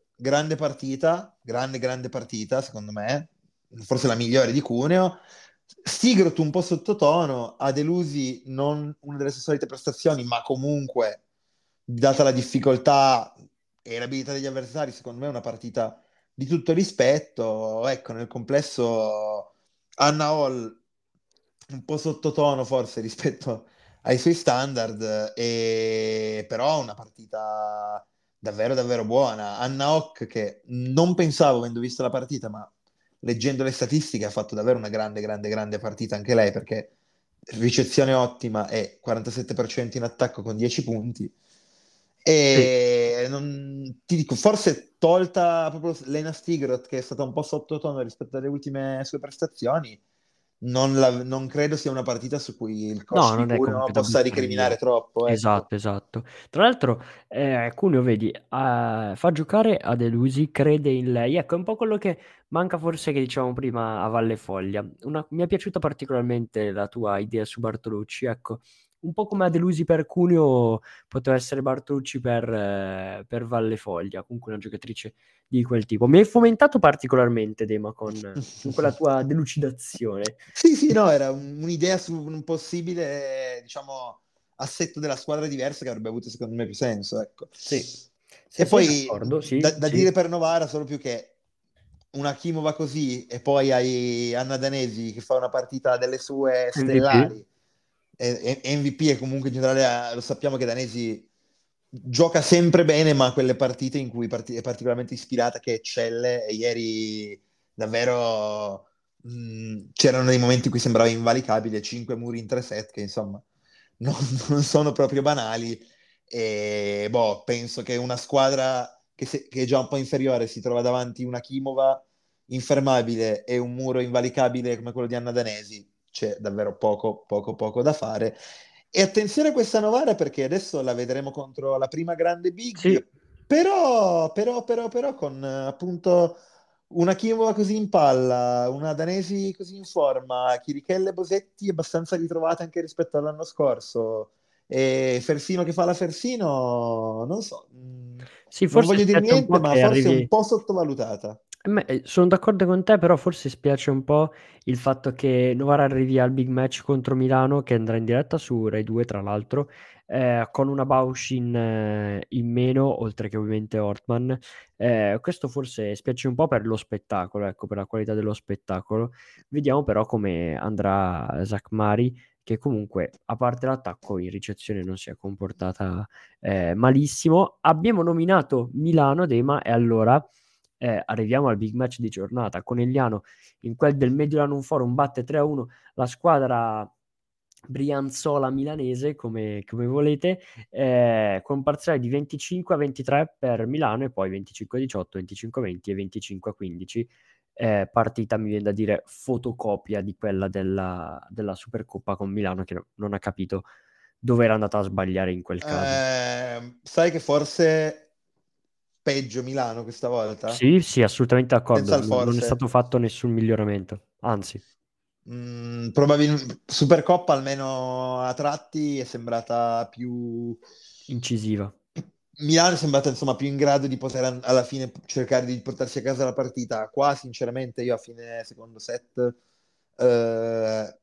grande partita, secondo me, forse la migliore di Cuneo. Stigrot un po' sottotono, ha delusi non una delle sue solite prestazioni, ma comunque, data la difficoltà e l'abilità degli avversari, secondo me è una partita di tutto rispetto. Ecco, nel complesso Anna Hall un po' sottotono forse rispetto ai suoi standard, però una partita davvero davvero buona. Anna Hock che non pensavo avendo visto la partita, ma leggendo le statistiche ha fatto davvero una grande partita anche lei perché ricezione ottima e 47% in attacco con 10 punti. sì. E ti dico, forse tolta proprio Lena Stigroth, che è stata un po' sottotono rispetto alle ultime sue prestazioni, non credo sia una partita su cui il No, coach di non è Cuneo comunque da possa buttare via. ricriminare troppo, ecco. Esatto, esatto. Tra l'altro, Cuneo, vedi, fa giocare a Delusi, crede in lei. Ecco, è un po' quello che manca forse che dicevamo prima a Valle Foglia. Mi è piaciuta particolarmente la tua idea su Bartolucci. Ecco, un po' come a Delusi per Cuneo poteva essere Bartolucci per Valle Foglia. Comunque una giocatrice di quel tipo. Mi hai fomentato particolarmente, Dema, con quella tua delucidazione. Sì, sì, no, era un'idea su un possibile, diciamo, assetto della squadra diversa che avrebbe avuto secondo me più senso, ecco. Sì, se E sei poi d'accordo, sì, da sì. dire per Novara solo più che una Kimova così e poi hai Anna Danesi che fa una partita delle sue MVP. stellari e MVP e comunque in generale lo sappiamo che Danesi gioca sempre bene ma quelle partite in cui è particolarmente ispirata che eccelle e ieri davvero c'erano dei momenti in cui sembrava invalicabile 5 muri in 3 set che insomma non, non sono proprio banali e boh, penso che una squadra che è già un po' inferiore si trova davanti una Kimova infermabile e un muro invalicabile come quello di Anna Danesi, c'è davvero poco da fare. E attenzione a questa Novara perché adesso la vedremo contro la prima grande Sì, big, però con appunto una Kimova così in palla, una Danesi così in forma, Chirichelle Bosetti abbastanza ritrovata anche rispetto all'anno scorso, e Fersino che fa la Fersino, non so, sì, non forse voglio dire spiace un niente, po' ma che forse è un arrivi. po' sottovalutata. Sono d'accordo con te, però forse spiace un po' il fatto che Novara arrivi al big match contro Milano, che andrà in diretta su Rai 2, tra l'altro, con una Bausch in meno, oltre che ovviamente Ortman. Questo forse spiace un po' per lo spettacolo, ecco, per la qualità dello spettacolo. Vediamo però come andrà Zach Mari, che comunque, a parte l'attacco, in ricezione non si è comportata malissimo. Abbiamo nominato Milano, Dema, e allora arriviamo al big match di giornata. Conegliano in quel del Mediolanum Forum batte 3-1 la squadra brianzola milanese, come volete, con parziale di 25-23 per Milano e poi 25-18, 25-20 e 25-15. Partita, mi viene da dire, fotocopia di quella della Supercoppa con Milano, che non ha capito dove era andata a sbagliare in quel caso. Sai che forse peggio Milano questa volta? Sì, sì, assolutamente d'accordo. Senza il Non è stato forse. fatto nessun miglioramento, anzi, Probabilmente Supercoppa almeno a tratti è sembrata più incisiva. Milano è sembrata insomma più in grado di poter alla fine cercare di portarsi a casa la partita. Qua sinceramente io a fine secondo set eh,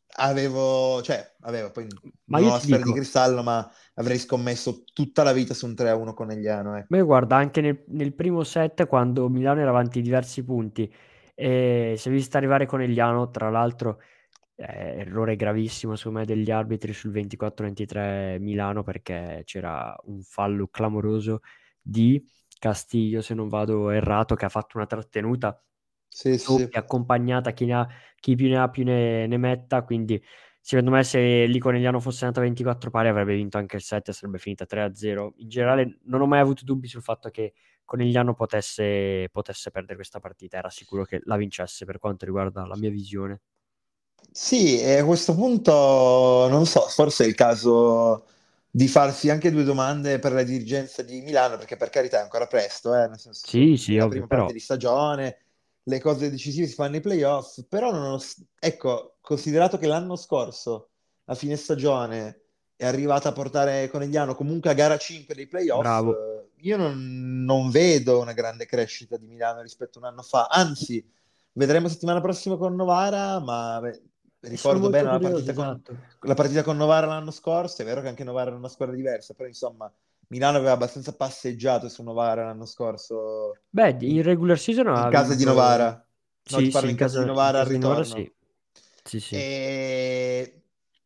avevo, poi Ma non io ho la ti sfera di dico, cristallo, ma avrei scommesso tutta la vita su un 3-1 Conegliano, ecco. beh, guarda, anche nel primo set, quando Milano era avanti di diversi punti, e si è vista arrivare Conegliano, tra l'altro, errore gravissimo secondo me degli arbitri sul 24-23 Milano, perché c'era un fallo clamoroso di Castiglio, se non vado errato, che ha fatto una trattenuta Sì, sì, sì. doppia accompagnata, chi più ne ha più ne metta, quindi secondo me se lì Conegliano fosse andata a 24 pari avrebbe vinto anche il set e sarebbe finita 3-0. In generale non ho mai avuto dubbi sul fatto che Conegliano potesse perdere questa partita, era sicuro che la vincesse per quanto riguarda la mia visione. Sì, e a questo punto non so, forse è il caso di farsi anche due domande per la dirigenza di Milano, perché per carità è ancora presto, nel senso Sì, è sì, la ovvio, prima parte però di stagione, le cose decisive si fanno nei playoff, però ecco, considerato che l'anno scorso, a fine stagione, è arrivata a portare Conegliano comunque a gara 5 dei playoff, bravo. io non vedo una grande crescita di Milano rispetto a un anno fa, anzi, vedremo settimana prossima con Novara, ma beh, E sono ricordo molto bene curioso, esatto. la partita con Novara l'anno scorso, è vero che anche Novara era una squadra diversa, però insomma Milano aveva abbastanza passeggiato su Novara l'anno scorso Beh, in, in regular season in ha casa di vinto. Novara. No, ti Sì, sì, parlo in casa di in Novara al casa di Novara sì. ritorno. Sì, sì. E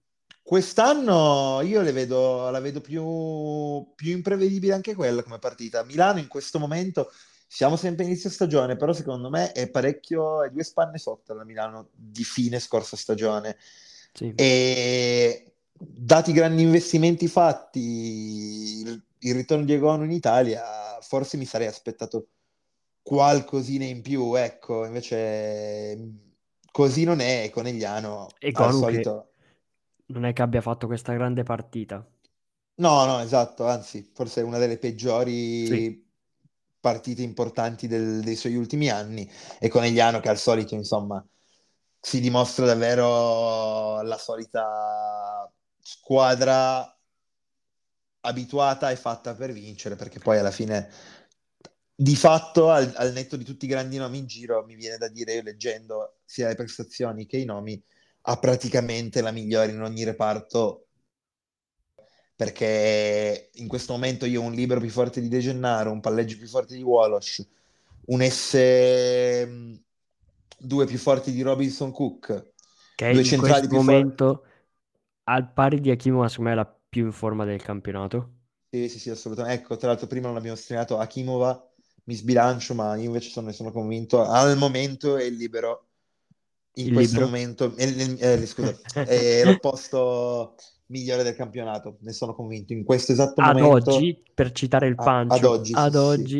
quest'anno io la vedo più imprevedibile anche quella come partita. Milano in questo momento siamo sempre a inizio stagione, però secondo me è due spanne sotto la Milano di fine scorsa stagione. Sì. E dati i grandi investimenti fatti, il ritorno di Egono in Italia, forse mi sarei aspettato qualcosina in più, ecco, invece così non è, Conegliano E al Gonu che solito. non è che abbia fatto questa grande partita. No, no, esatto, anzi, forse è una delle Sì. peggiori partite importanti dei suoi ultimi anni e Conegliano che al solito, insomma, si dimostra davvero la solita squadra abituata e fatta per vincere, perché poi alla fine, di fatto, al netto di tutti i grandi nomi in giro, mi viene da dire, io leggendo sia le prestazioni che i nomi, ha praticamente la migliore in ogni reparto, perché in questo momento io ho un libero più forte di De Gennaro, un palleggio più forte di Wolosz, un S2 più forti di Robinson Cook, Che due in centrali questo più forti. momento al pari di Hakimo, secondo me è la più in forma del campionato. Sì, sì, sì, assolutamente. Ecco, tra l'altro prima non abbiamo streamato Akimova, mi sbilancio, ma io invece ne sono convinto. Al momento è il libero, in Il questo libero. momento, scusa, è l'opposto migliore del campionato, ne sono convinto. In questo esatto Ad momento, oggi, per citare il ad Pancio, oggi, sì, ad sì, sì. oggi.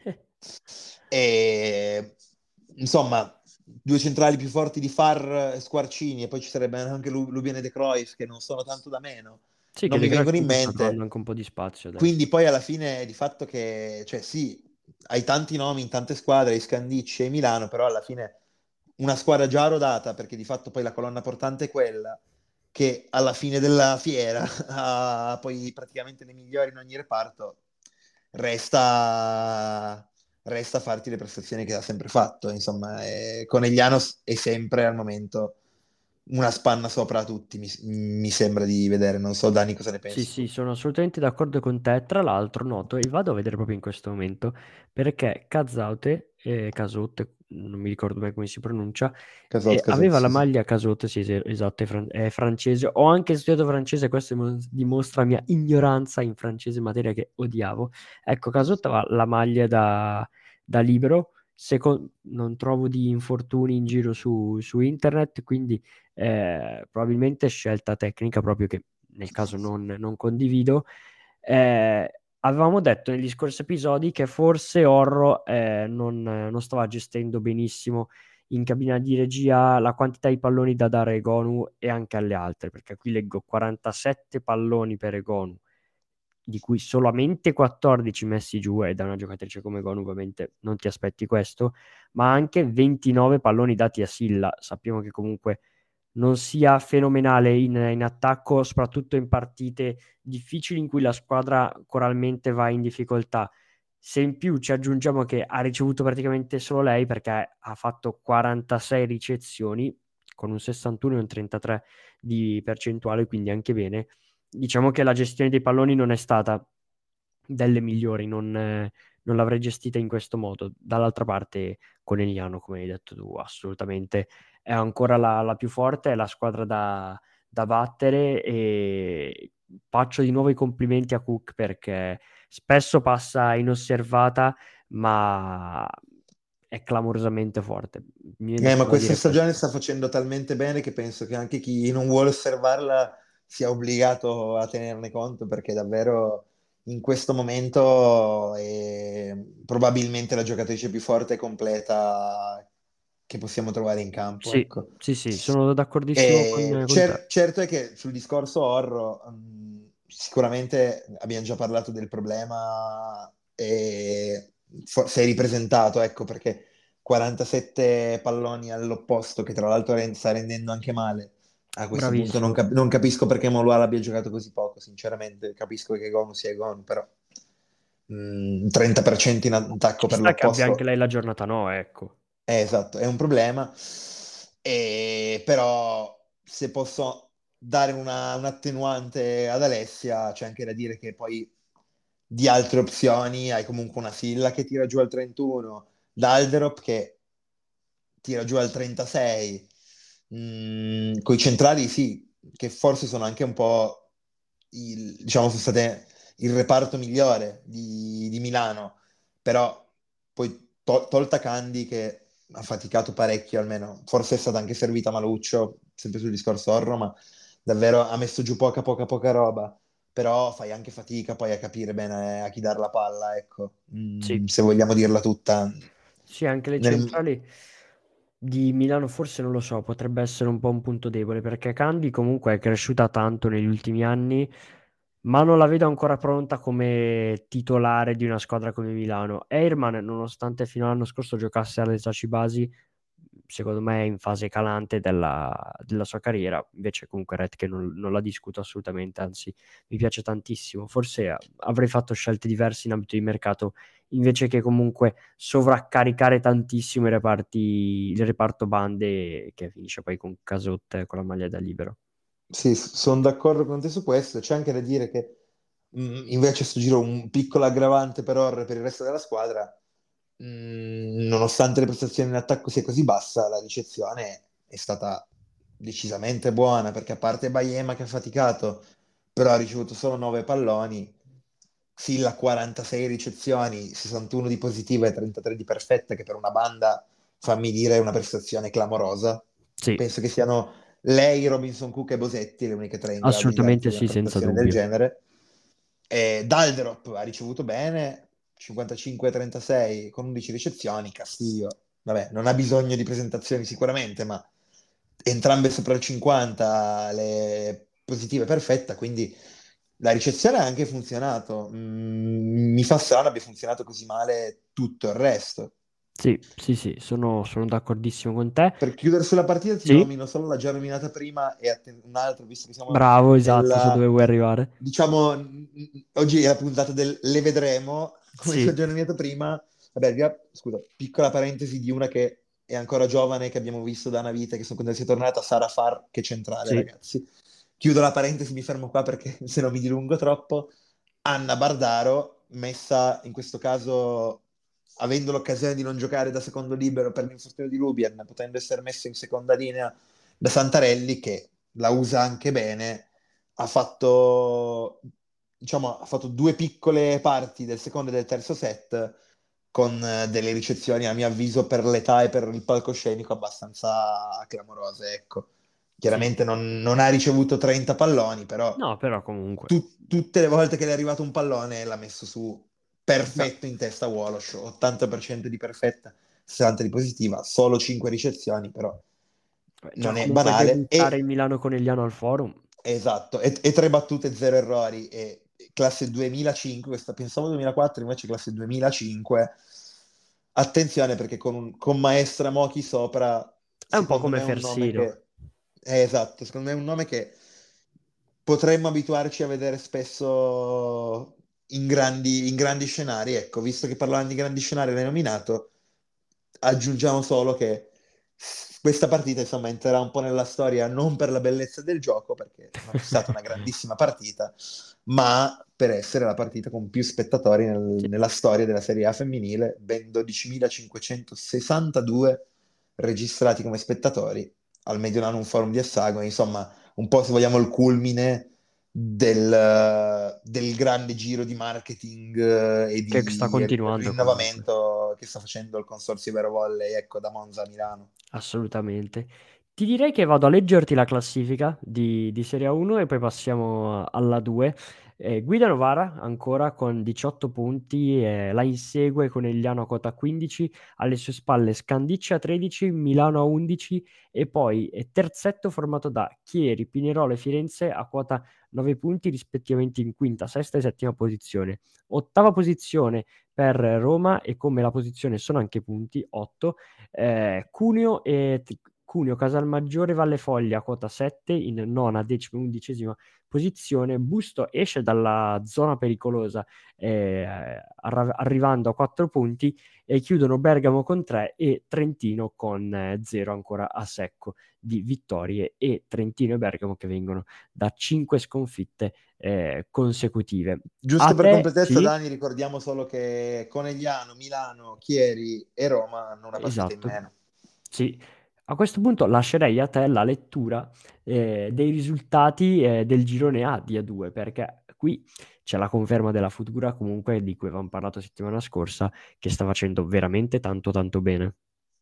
E, insomma, due centrali più forti di Far e Squarcini, e poi ci sarebbe anche Lubiane De Cruyff, che non sono tanto da meno, Sì, che non De mi Cruyff vengono in comunque sta trovando mente. anche un po' di spazio adesso. Quindi poi alla fine di fatto che, cioè sì, hai tanti nomi in tante squadre, hai Scandicci e Milano, però alla fine una squadra già rodata, perché di fatto poi la colonna portante è quella che alla fine della fiera ha poi praticamente le migliori in ogni reparto, resta, resta farti le prestazioni che ha sempre fatto. Insomma, Conegliano è sempre al momento una spanna sopra tutti, mi sembra di vedere. Non so, Dani, cosa ne Sì, pensi sì, tu? sono assolutamente d'accordo con te. Tra l'altro, noto e vado a vedere proprio in questo momento perché Casotte, non mi ricordo mai come si pronuncia, Casot, Casot, aveva la sì, sì. maglia Casotte, sì, sì, esatto, è francese. Ho anche studiato francese, questo dimostra la mia ignoranza in francese, materia che odiavo. Ecco, Casotte aveva la maglia da libero non trovo di infortuni in giro su internet, quindi probabilmente scelta tecnica proprio che nel caso non condivido. Avevamo detto negli scorsi episodi che forse Orro non stava gestendo benissimo in cabina di regia la quantità di palloni da dare a Egonu e anche alle altre, perché qui leggo 47 palloni per Egonu, di cui solamente 14 messi giù, e da una giocatrice come Egonu ovviamente non ti aspetti questo, ma anche 29 palloni dati a Silla. Sappiamo che comunque non sia fenomenale in attacco, soprattutto in partite difficili in cui la squadra coralmente va in difficoltà. Se in più ci aggiungiamo che ha ricevuto praticamente solo lei perché ha fatto 46 ricezioni con un 61 e un 33 di percentuale, quindi anche bene. Diciamo che la gestione dei palloni non è stata delle migliori, non l'avrei gestita in questo modo. Dall'altra parte, Conegliano, come hai detto tu, assolutamente è ancora la più forte, è la squadra da battere e faccio di nuovo i complimenti a Cook perché spesso passa inosservata, ma è clamorosamente forte. Mi viene Ma solo da questa dire questo. stagione sta facendo talmente bene che penso che anche chi non vuole osservarla sia obbligato a tenerne conto, perché davvero in questo momento è probabilmente la giocatrice più forte e completa che possiamo trovare in campo, Sì, ecco. sì, sì, sono d'accordissimo E con te. certo è che sul discorso Orro, sicuramente abbiamo già parlato del problema e sei ripresentato, ecco, perché 47 palloni all'opposto, che tra l'altro sta rendendo anche male. A questo punto Bravissimo. non capisco perché Moluala abbia giocato così poco, sinceramente. Capisco che Gonu sia Gonu, però 30% in attacco Ci per sta che abbia anche l'opposto lei la giornata no, ecco. esatto, è un problema. Però se posso dare un attenuante ad Alessia, c'è anche da dire che poi di altre opzioni hai comunque una Silla che tira giù al 31, l'Alderop che tira giù al 36. Coi centrali sì, che forse sono anche un po' diciamo, sono state il reparto migliore di Milano, però poi tolta Candy che ha faticato parecchio almeno, forse è stata anche servita Maluccio, sempre sul discorso Orro, ma davvero ha messo giù poca roba, però fai anche fatica poi a capire bene a chi dare la palla, ecco. Sì, Se vogliamo dirla tutta. sì, anche le Nel- centrali di Milano forse non lo so, potrebbe essere un po' un punto debole perché Candy comunque è cresciuta tanto negli ultimi anni, ma non la vedo ancora pronta come titolare di una squadra come Milano. Eirman, nonostante fino all'anno scorso giocasse alle Saci Basi, secondo me è in fase calante della sua carriera. Invece, comunque, Redke non la discuto assolutamente, anzi, mi piace tantissimo. Forse avrei fatto scelte diverse in ambito di mercato invece che comunque sovraccaricare tantissimo il reparto bande che finisce poi con Casotte con la maglia da libero. Sì, sono d'accordo con te su questo. C'è anche da dire che invece sto giro un piccolo aggravante per Orre per il resto della squadra, nonostante le prestazioni in attacco sia così bassa, la ricezione è stata decisamente buona, perché a parte Baiema che ha faticato, però ha ricevuto solo 9 palloni, Silla 46 ricezioni, 61 di positiva e 33 di perfetta, che per una banda, fammi dire, è una prestazione clamorosa. Sì, Penso che siano lei, Robinson Cook e Bosetti le uniche tre in grado di darti assolutamente una sì, senza prestazione del dubbio. genere. Dalderop ha ricevuto bene, 55-36 con 11 ricezioni. Castillo, vabbè, non ha bisogno di presentazioni sicuramente, ma entrambe sopra il 50, le positive perfetta, quindi la ricezione ha anche funzionato. Mi fa strano abbia funzionato così male tutto il resto. Sì, sì, sì, sono d'accordissimo con te. Per chiudere sulla partita ti Sì, nomino solo la già nominata prima e un altro, visto che siamo bravo, esatto, so dove nella, vuoi arrivare. diciamo, oggi è la puntata del le vedremo, come ti ho Sì, già nominato prima. Vabbè, scusa, piccola parentesi di una che è ancora giovane, che abbiamo visto da una vita, che sono contento sia tornata, Sara Far, che è centrale, sì, ragazzi. Chiudo la parentesi, mi fermo qua perché se no mi dilungo troppo. Anna Bardaro, messa in questo caso avendo l'occasione di non giocare da secondo libero per l'infortunio di Lubian, potendo essere messo in seconda linea da Santarelli, che la usa anche bene, ha fatto, diciamo, ha fatto due piccole parti del secondo e del terzo set con delle ricezioni, a mio avviso, per l'età e per il palcoscenico abbastanza clamorose, ecco. Sì. Chiaramente non ha ricevuto 30 palloni, però No, però comunque. tutte le volte che gli è arrivato un pallone l'ha messo su No, perfetto in testa a Wolosz, 80% di perfetta, 60 di positiva, solo 5 ricezioni, però già non è comunque banale. debuttare in Milano Conegliano al Forum. Esatto, e 3 battute, 0 errori, e classe 2005, questa pensavo 2004, invece classe 2005. Attenzione perché con Maestra Mochi sopra, È un po' secondo come me è un nome Fersino. che... esatto, secondo me è un nome che potremmo abituarci a vedere spesso in grandi scenari. Ecco, visto che parlando di grandi scenari l'hai nominato, aggiungiamo solo che questa partita, insomma, entrerà un po' nella storia non per la bellezza del gioco, perché non è stata una grandissima partita, ma per essere la partita con più spettatori Sì. nella storia della Serie A femminile, ben 12.562 registrati come spettatori al Mediolanum Forum di Assago, insomma, un po' se vogliamo il culmine del grande giro di marketing e Che sta di continuando comunque. rinnovamento che sta facendo il Consorzio Vero Volley, ecco, da Monza a Milano. Assolutamente. Ti direi che vado a leggerti la classifica di Serie 1 e poi passiamo alla 2. Guida Novara ancora con 18 punti, la insegue Conegliano a quota 15, alle sue spalle Scandicci a 13, Milano a 11 e poi terzetto formato da Chieri, Pinerolo e Firenze a quota 9 punti rispettivamente in quinta, sesta e settima posizione. Ottava posizione per Roma e come la posizione sono anche punti, 8. Cuneo, Casalmaggiore, Valle Foglia, quota 7, in nona, decima e undicesima posizione. Busto esce dalla zona pericolosa, arrivando a 4 punti, e chiudono Bergamo con 3 e Trentino con 0 ancora a secco di vittorie, e Trentino e Bergamo che vengono da 5 sconfitte consecutive. A Giusto per te, completezza, sì, Dani, ricordiamo solo che Conegliano, Milano, Chieri e Roma hanno una partita in esatto. meno. Sì, a questo punto lascerei a te la lettura dei risultati del girone A di A2, perché qui c'è la conferma della Futura, comunque, di cui avevamo parlato settimana scorsa, che sta facendo veramente tanto tanto bene.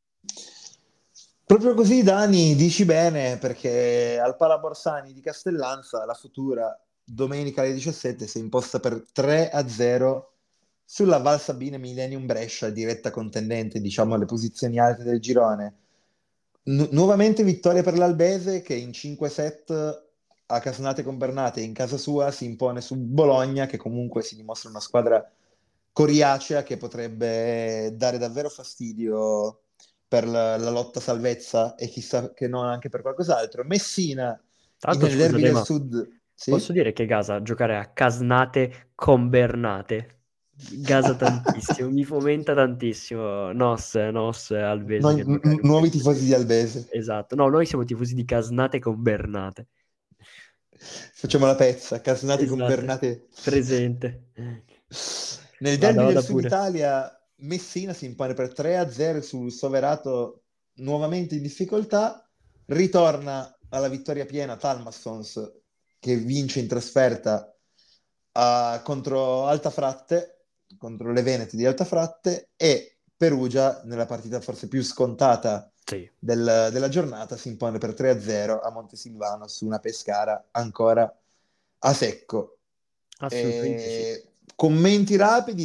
Proprio così, Dani, dici bene, perché al Palaborsani di Castellanza la Futura domenica alle 17 si è imposta per 3-0 sulla Val Sabine Millennium Brescia, diretta contendente, diciamo, alle posizioni alte del girone. Nuovamente vittoria per l'Albese che in 5 set a Casnate con Bernate in casa sua si impone su Bologna, che comunque si dimostra una squadra coriacea che potrebbe dare davvero fastidio per la lotta salvezza e chissà che non anche per qualcos'altro. Messina Tra l'altro, nel scusa, derby del Dema, Sud, posso sì? dire che gasa giocare a Casnate con Bernate? Gasa tantissimo, mi fomenta tantissimo. Nos, Alvesi che giocare con Nuovi questi. tifosi di Albese. Esatto, no, noi siamo tifosi di Casnate con Bernate. Facciamo la pezza, Casnati con Esatto, Bernate. presente. Nel Vada, derby del vada Sud pure. Italia, Messina si impone per 3-0 sul Soverato, nuovamente in difficoltà. Ritorna alla vittoria piena Talmassons, che vince in trasferta contro Altafratte, contro le Venete di Altafratte, e Perugia, nella partita forse più scontata Sì, della giornata, si impone per 3-0 a Montesilvano su una Pescara ancora a secco. assolutamente sì. Commenti rapidi,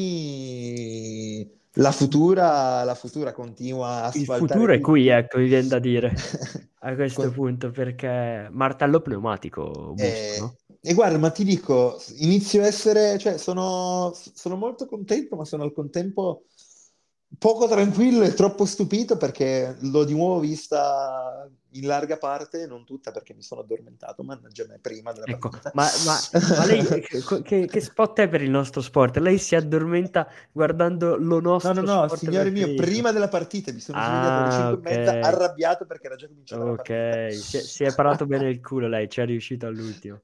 Dani. La futura continua a Il asfaltare futuro è qui, tutti. ecco, mi viene da dire, a questo Con- punto, perché martello pneumatico, Busto, no? e guarda, ma ti dico, inizio a essere, cioè, sono molto contento, ma sono al contempo poco tranquillo e troppo stupito perché l'ho di nuovo vista in larga parte, non tutta perché mi sono addormentato, mannaggia me, prima della Ecco, partita. ma lei che spot è per il nostro sport? Lei si addormenta guardando lo No, no, nostro no, sport signore mio, preferito. prima della partita mi sono svegliato alle Ah, 5 e mezza, ok, arrabbiato perché era già cominciata la partita. ok, si è parato bene il culo lei, ci è riuscito all'ultimo.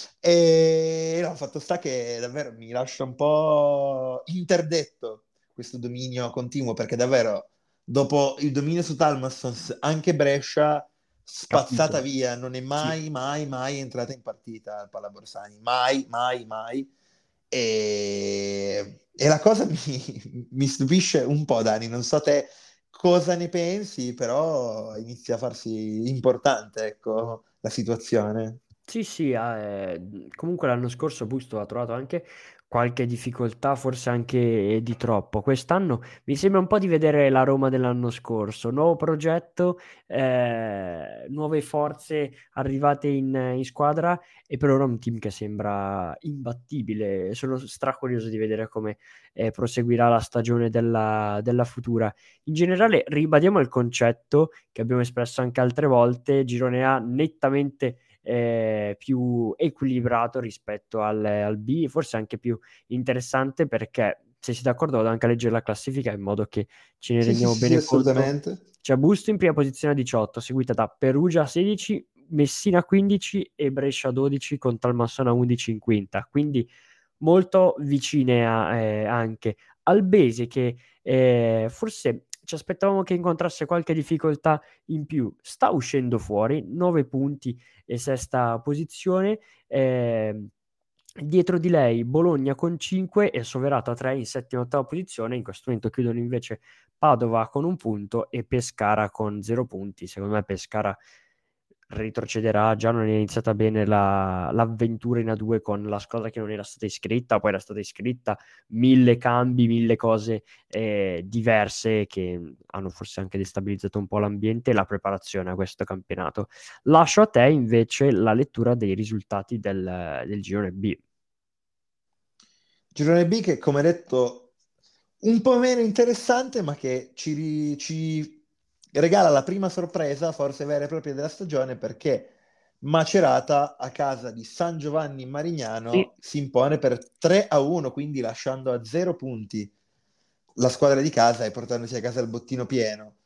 E no, fatto sta che davvero mi lascia un po' interdetto questo dominio continuo, perché davvero dopo il dominio su Talmassons, anche Brescia spazzata Capito? via, non è Sì, mai, mai, mai entrata in partita al Palaborsani, mai, mai, mai. E la cosa mi stupisce un po', Dani, non so te cosa ne pensi, però inizia a farsi importante, ecco, la situazione. Sì, sì, comunque l'anno scorso Busto ha trovato anche qualche difficoltà, forse anche di troppo. Quest'anno mi sembra un po' di vedere la Roma dell'anno scorso, nuovo progetto, nuove forze arrivate in squadra e per ora un team che sembra imbattibile. Sono stracurioso di vedere come proseguirà la stagione della futura. In generale, ribadiamo il concetto che abbiamo espresso anche altre volte, Girone A nettamente più equilibrato rispetto al B, forse anche più interessante perché, se siete d'accordo, vado anche a leggere la classifica in modo che ce ne Sì, sì, rendiamo sì, sì, bene conto. assolutamente. C'è Busto in prima posizione a 18, seguita da Perugia a 16, Messina 15 e Brescia 12 con Talmassona 11 in quinta, quindi molto vicine anche Albese che forse ci aspettavamo che incontrasse qualche difficoltà in più, sta uscendo fuori, 9 punti e sesta posizione. Dietro di lei Bologna con 5 e Soverato a 3 in settima e ottava posizione. In questo momento chiudono invece Padova con un punto e Pescara con 0 punti. Secondo me Pescara retrocederà, già non è iniziata bene l'avventura in A2 con la squadra che non era stata iscritta, poi era stata iscritta, mille cambi, mille cose diverse che hanno forse anche destabilizzato un po' l'ambiente e la preparazione a questo campionato. Lascio a te invece la lettura dei risultati del girone B. Girone B che, come detto, un po' meno interessante, ma che ci regala la prima sorpresa, forse vera e propria della stagione, perché Macerata a casa di San Giovanni in Sì, Marignano si impone per 3-1, quindi lasciando a 0 punti la squadra di casa e portandosi a casa il bottino pieno.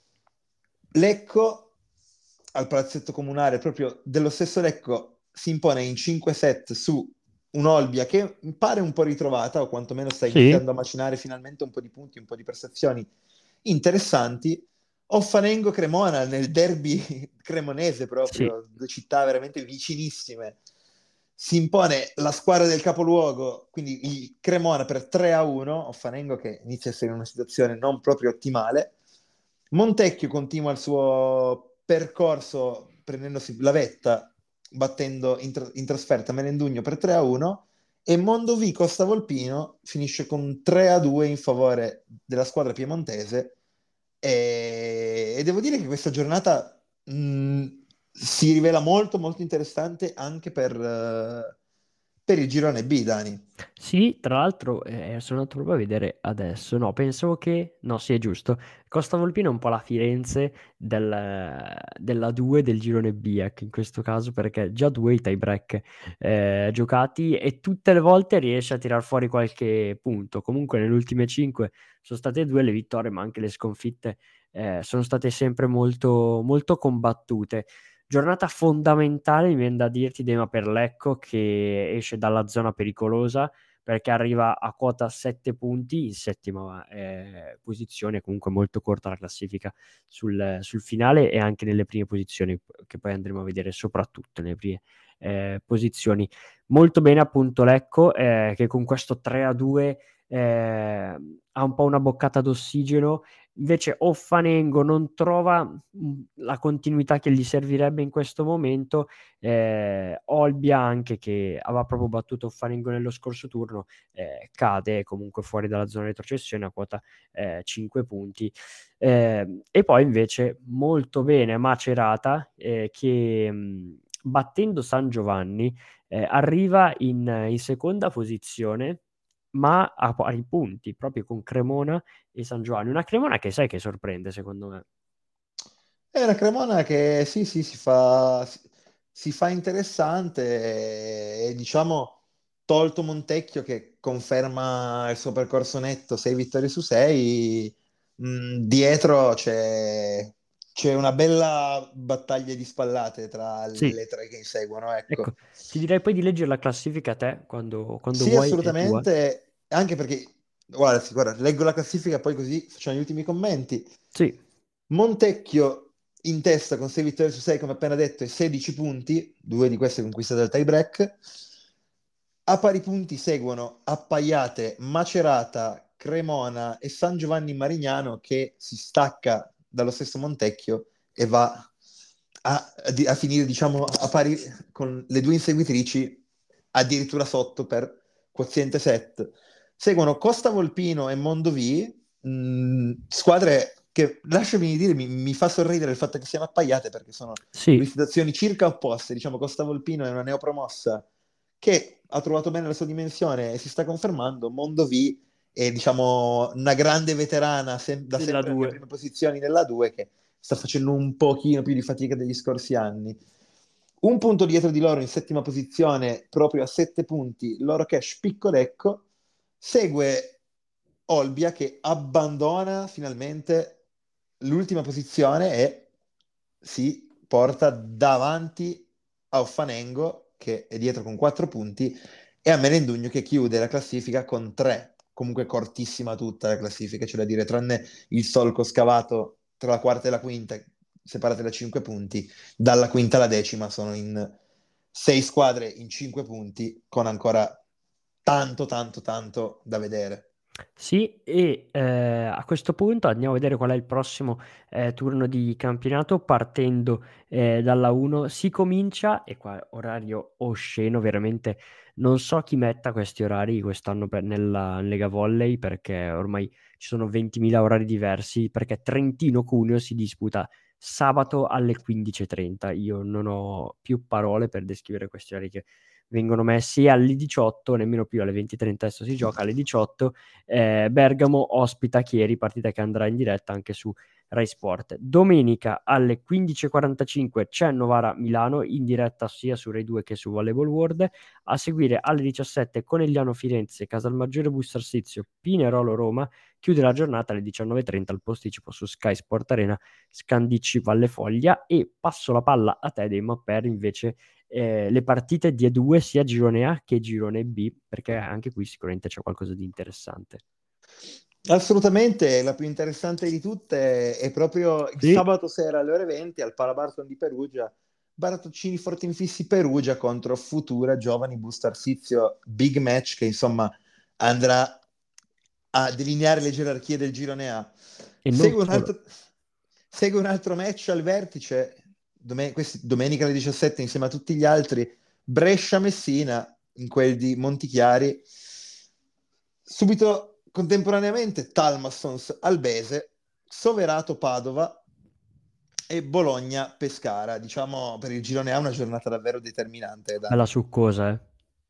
Lecco al palazzetto comunale, proprio dello stesso Lecco, si impone in 5 set su un'Olbia che pare un po' ritrovata, o quantomeno sta sì, iniziando a macinare finalmente un po' di punti, un po' di prestazioni interessanti. Offanengo Cremona nel derby cremonese, sì. proprio due città veramente vicinissime. Si impone la squadra del capoluogo, quindi il Cremona per 3-1. Offanengo che inizia a essere in una situazione non proprio ottimale. Montecchio continua il suo percorso prendendosi la vetta, battendo in trasferta Melendugno per 3-1 e Mondovì Costa Volpino finisce con 3-2 in favore della squadra piemontese e devo dire che questa giornata si rivela molto molto interessante anche per il girone B, Dani. Sì, tra l'altro sono andato proprio a vedere adesso. No, pensavo che... No, sì, è giusto. Costa Volpino è un po' la Firenze della 2 del girone B, ecco, in questo caso, perché già due i tie break giocati e tutte le volte riesce a tirar fuori qualche punto. Comunque nelle ultime 5 sono state due le vittorie, ma anche le sconfitte sono state sempre molto, molto combattute. Giornata fondamentale, mi viene da dirti, Dema, per Lecco che esce dalla zona pericolosa perché arriva a quota 7 punti in settima posizione, comunque molto corta la classifica sul finale e anche nelle prime posizioni, che poi andremo a vedere soprattutto nelle prime posizioni. Molto bene appunto Lecco, che con questo 3-2 ha un po' una boccata d'ossigeno. Invece Offanengo non trova la continuità che gli servirebbe in questo momento. Olbia anche che aveva proprio battuto Offanengo nello scorso turno cade comunque fuori dalla zona di retrocessione a quota 5 punti. E poi invece molto bene Macerata che battendo San Giovanni arriva in seconda posizione ma a pari punti proprio con Cremona e San Giovanni. Una Cremona che sai che sorprende, secondo me. È una Cremona che sì, sì, si fa interessante e diciamo, tolto Montecchio che conferma il suo percorso netto, 6 vittorie su 6, dietro c'è una bella battaglia di spallate tra Sì, le tre che inseguono, ecco. ecco, ti direi poi di leggere la classifica a te quando Sì, vuoi, è tua. assolutamente, anche perché, guarda, sì, guarda, leggo la classifica, poi così facciamo gli ultimi commenti. Sì, Montecchio in testa con 6 vittorie su 6, come appena detto, e 16 punti, due di queste conquistate dal tie break. A pari punti seguono Appaiate, Macerata, Cremona e San Giovanni Marignano, che si stacca dallo stesso Montecchio e va a finire, diciamo, a pari con le due inseguitrici, addirittura sotto per quoziente set. Seguono Costa Volpino e Mondovì, squadre che, lasciami dire, mi fa sorridere il fatto che siano appaiate, perché sono due Sì, situazioni circa opposte. Diciamo, Costa Volpino è una neopromossa che ha trovato bene la sua dimensione e si sta confermando. Mondovì è, diciamo, una grande veterana, da della sempre nelle 2. prime posizioni nella 2, che sta facendo un pochino più di fatica degli scorsi anni. Un punto dietro di loro in settima posizione, proprio a 7 punti, loro Cash Piccolecco, segue Olbia che abbandona finalmente l'ultima posizione e si porta davanti a Offanengo, che è dietro con 4 punti, e a Melendugno che chiude la classifica con 3. Comunque cortissima tutta la classifica, c'è da dire, tranne il solco scavato tra la quarta e la quinta, separate da 5 punti. Dalla quinta alla decima sono in 6 squadre in 5 punti, con ancora tanto, tanto, tanto da vedere. Sì, e a questo punto andiamo a vedere qual è il prossimo turno di campionato partendo dalla 1. Si comincia, e qua orario osceno, veramente non so chi metta questi orari quest'anno nella Lega Volley perché ormai ci sono 20.000 orari diversi perché Trentino-Cuneo si disputa sabato alle 15:30. Io non ho più parole per descrivere questi orari che vengono messi alle 18, nemmeno più alle 20:30 adesso si gioca alle 18. Bergamo ospita Chieri, partita che andrà in diretta anche su Rai Sport. Domenica alle 15:45 c'è Novara-Milano in diretta sia su Rai 2 che su Volleyball World. A seguire alle 17 Conegliano-Firenze, Casalmaggiore Bustarsizio, Pinerolo-Roma. Chiude la giornata alle 19:30 al posticipo su Sky Sport Arena Scandicci Valle Foglia. E passo la palla a te, Demo, per invece le partite di E2 sia girone A che girone B, perché anche qui sicuramente c'è qualcosa di interessante. Assolutamente, la più interessante di tutte è proprio il Sì, sabato sera alle ore 20 al Palabarton di Perugia, Barattoccini Fortinfissi Perugia contro Futura Giovani Bustarsizio, big match che insomma andrà a delineare le gerarchie del girone A. e non Segue un solo. altro, segue un altro match al vertice, domenica alle 17 insieme a tutti gli altri, Brescia-Messina in quel di Montichiari. Subito contemporaneamente Talmassons Albese, Soverato Padova e Bologna Pescara. Diciamo per il girone A una giornata davvero determinante, Bella Dani. succosa, eh.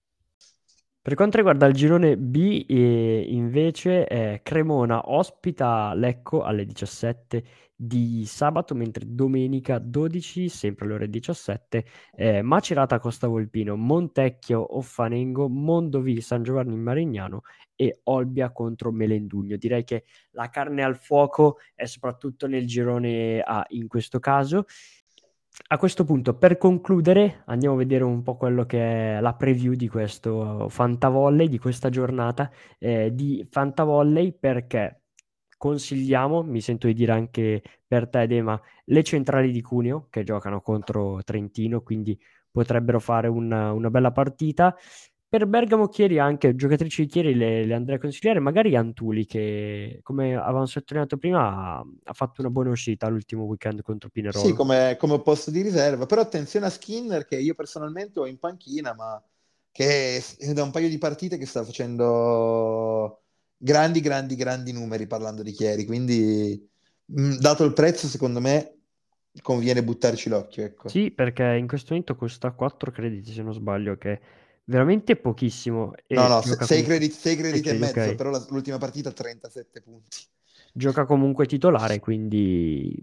Per quanto riguarda il girone B, invece, Cremona ospita Lecco alle 17 di sabato, mentre domenica 12, sempre alle ore 17, Macerata Costa Volpino, Montecchio Offanengo, Mondovì San Giovanni in Marignano e Olbia contro Melendugno. Direi che la carne al fuoco è soprattutto nel girone A in questo caso. A questo punto, per concludere, andiamo a vedere un po' quello che è la preview di questo Fantavolley, di questa giornata di Fantavolley, perché consigliamo, mi sento di dire anche per te, Dema, le centrali di Cuneo che giocano contro Trentino, quindi potrebbero fare una bella partita. Per Bergamo Chieri anche, giocatrici di Chieri le andrei a consigliare, magari Antuli che, come avevamo sottolineato prima, ha fatto una buona uscita l'ultimo weekend contro Sì, Pinerolo. come posto di riserva, però attenzione a Skinner che io personalmente ho in panchina, ma che è da un paio di partite che sta facendo grandi, grandi, grandi numeri parlando di Chieri, quindi dato il prezzo, secondo me conviene buttarci l'occhio, ecco. Sì, perché in questo momento costa 4 crediti, se non sbaglio, che è veramente pochissimo No, e no, gioca sei comunque crediti, sei 6 crediti e credi, mezzo, ok. però l'ultima partita 37 punti. Gioca comunque titolare, quindi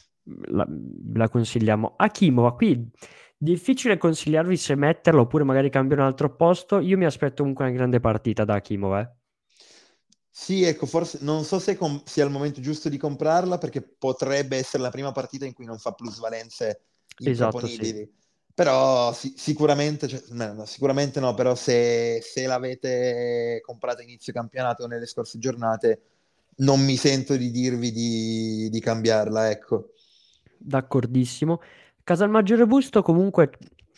la consigliamo. Akimova, qui difficile consigliarvi se metterla oppure magari cambiare un altro posto. Io mi aspetto comunque una grande partita da Akimova, eh. Sì, ecco, forse non so se sia il momento giusto di comprarla perché potrebbe essere la prima partita in cui non fa plusvalenze Esatto, sì. improponibili. Però sicuramente, cioè, no, sicuramente no, però se l'avete comprata a inizio campionato o nelle scorse giornate, non mi sento di dirvi di cambiarla, ecco. D'accordissimo. Casalmaggiore Busto comunque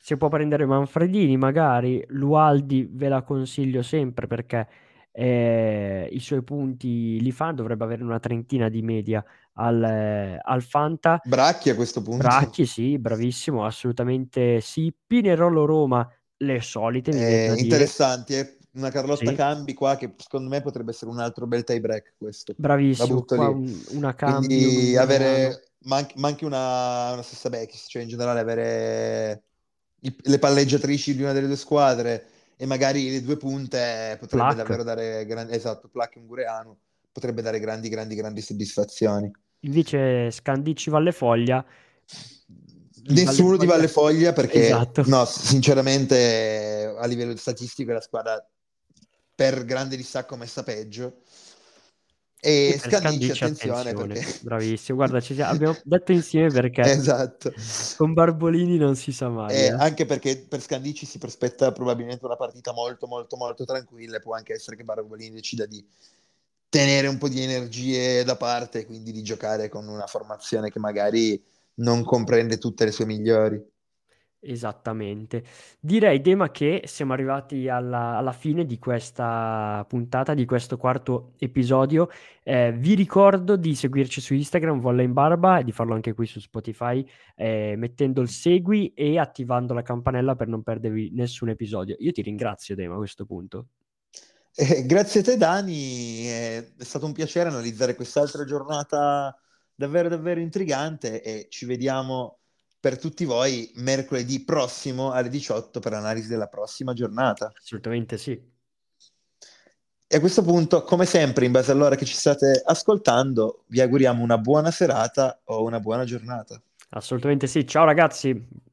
si può prendere Manfredini magari, Lualdi ve la consiglio sempre perché i suoi punti li fa, dovrebbe avere una trentina di media al Fanta. Bracchi a questo punto. Bracchi, sì, bravissimo, assolutamente sì. Pinerolo Roma, le solite, mi viene da dire. Interessanti, una Carlotta Sì, Cambi qua che secondo me potrebbe essere un altro bel tie break questo. La bravissimo. butto Qua lì. una Cambi, un Quindi Ungureanu. avere ma anche una stessa Bekis, cioè in generale avere le palleggiatrici di una delle due squadre e magari le due punte potrebbe Plac. davvero dare esatto, Plak e Ungureanu potrebbe dare grandi, grandi, grandi soddisfazioni. Invece Scandicci Vallefoglia, il Nessuno di Vallefoglia, Vallefoglia perché, esatto. no, sinceramente a livello statistico è la squadra per grande distacco messa peggio. E E per Scandicci, Scandicci attenzione attenzione, perché... bravissimo. Guarda, abbiamo detto insieme perché Esatto. con Barbolini non si sa mai, eh. Anche perché per Scandicci si prospetta probabilmente una partita molto, molto, molto tranquilla e può anche essere che Barbolini decida di tenere un po' di energie da parte e quindi di giocare con una formazione che magari non comprende tutte le sue migliori. Esattamente. Direi, Dema, che siamo arrivati alla fine di questa puntata, di questo quarto episodio. Vi ricordo di seguirci su Instagram, Volla in Barba, e di farlo anche qui su Spotify, mettendo il segui e attivando la campanella per non perdervi nessun episodio. Io ti ringrazio, Dema, a questo punto. Grazie a te, Dani, è stato un piacere analizzare quest'altra giornata davvero, davvero intrigante e ci vediamo per tutti voi mercoledì prossimo alle 18 per l'analisi della prossima giornata. Assolutamente sì. E a questo punto, come sempre, in base all'ora che ci state ascoltando, vi auguriamo una buona serata o una buona giornata. Assolutamente sì. Ciao ragazzi.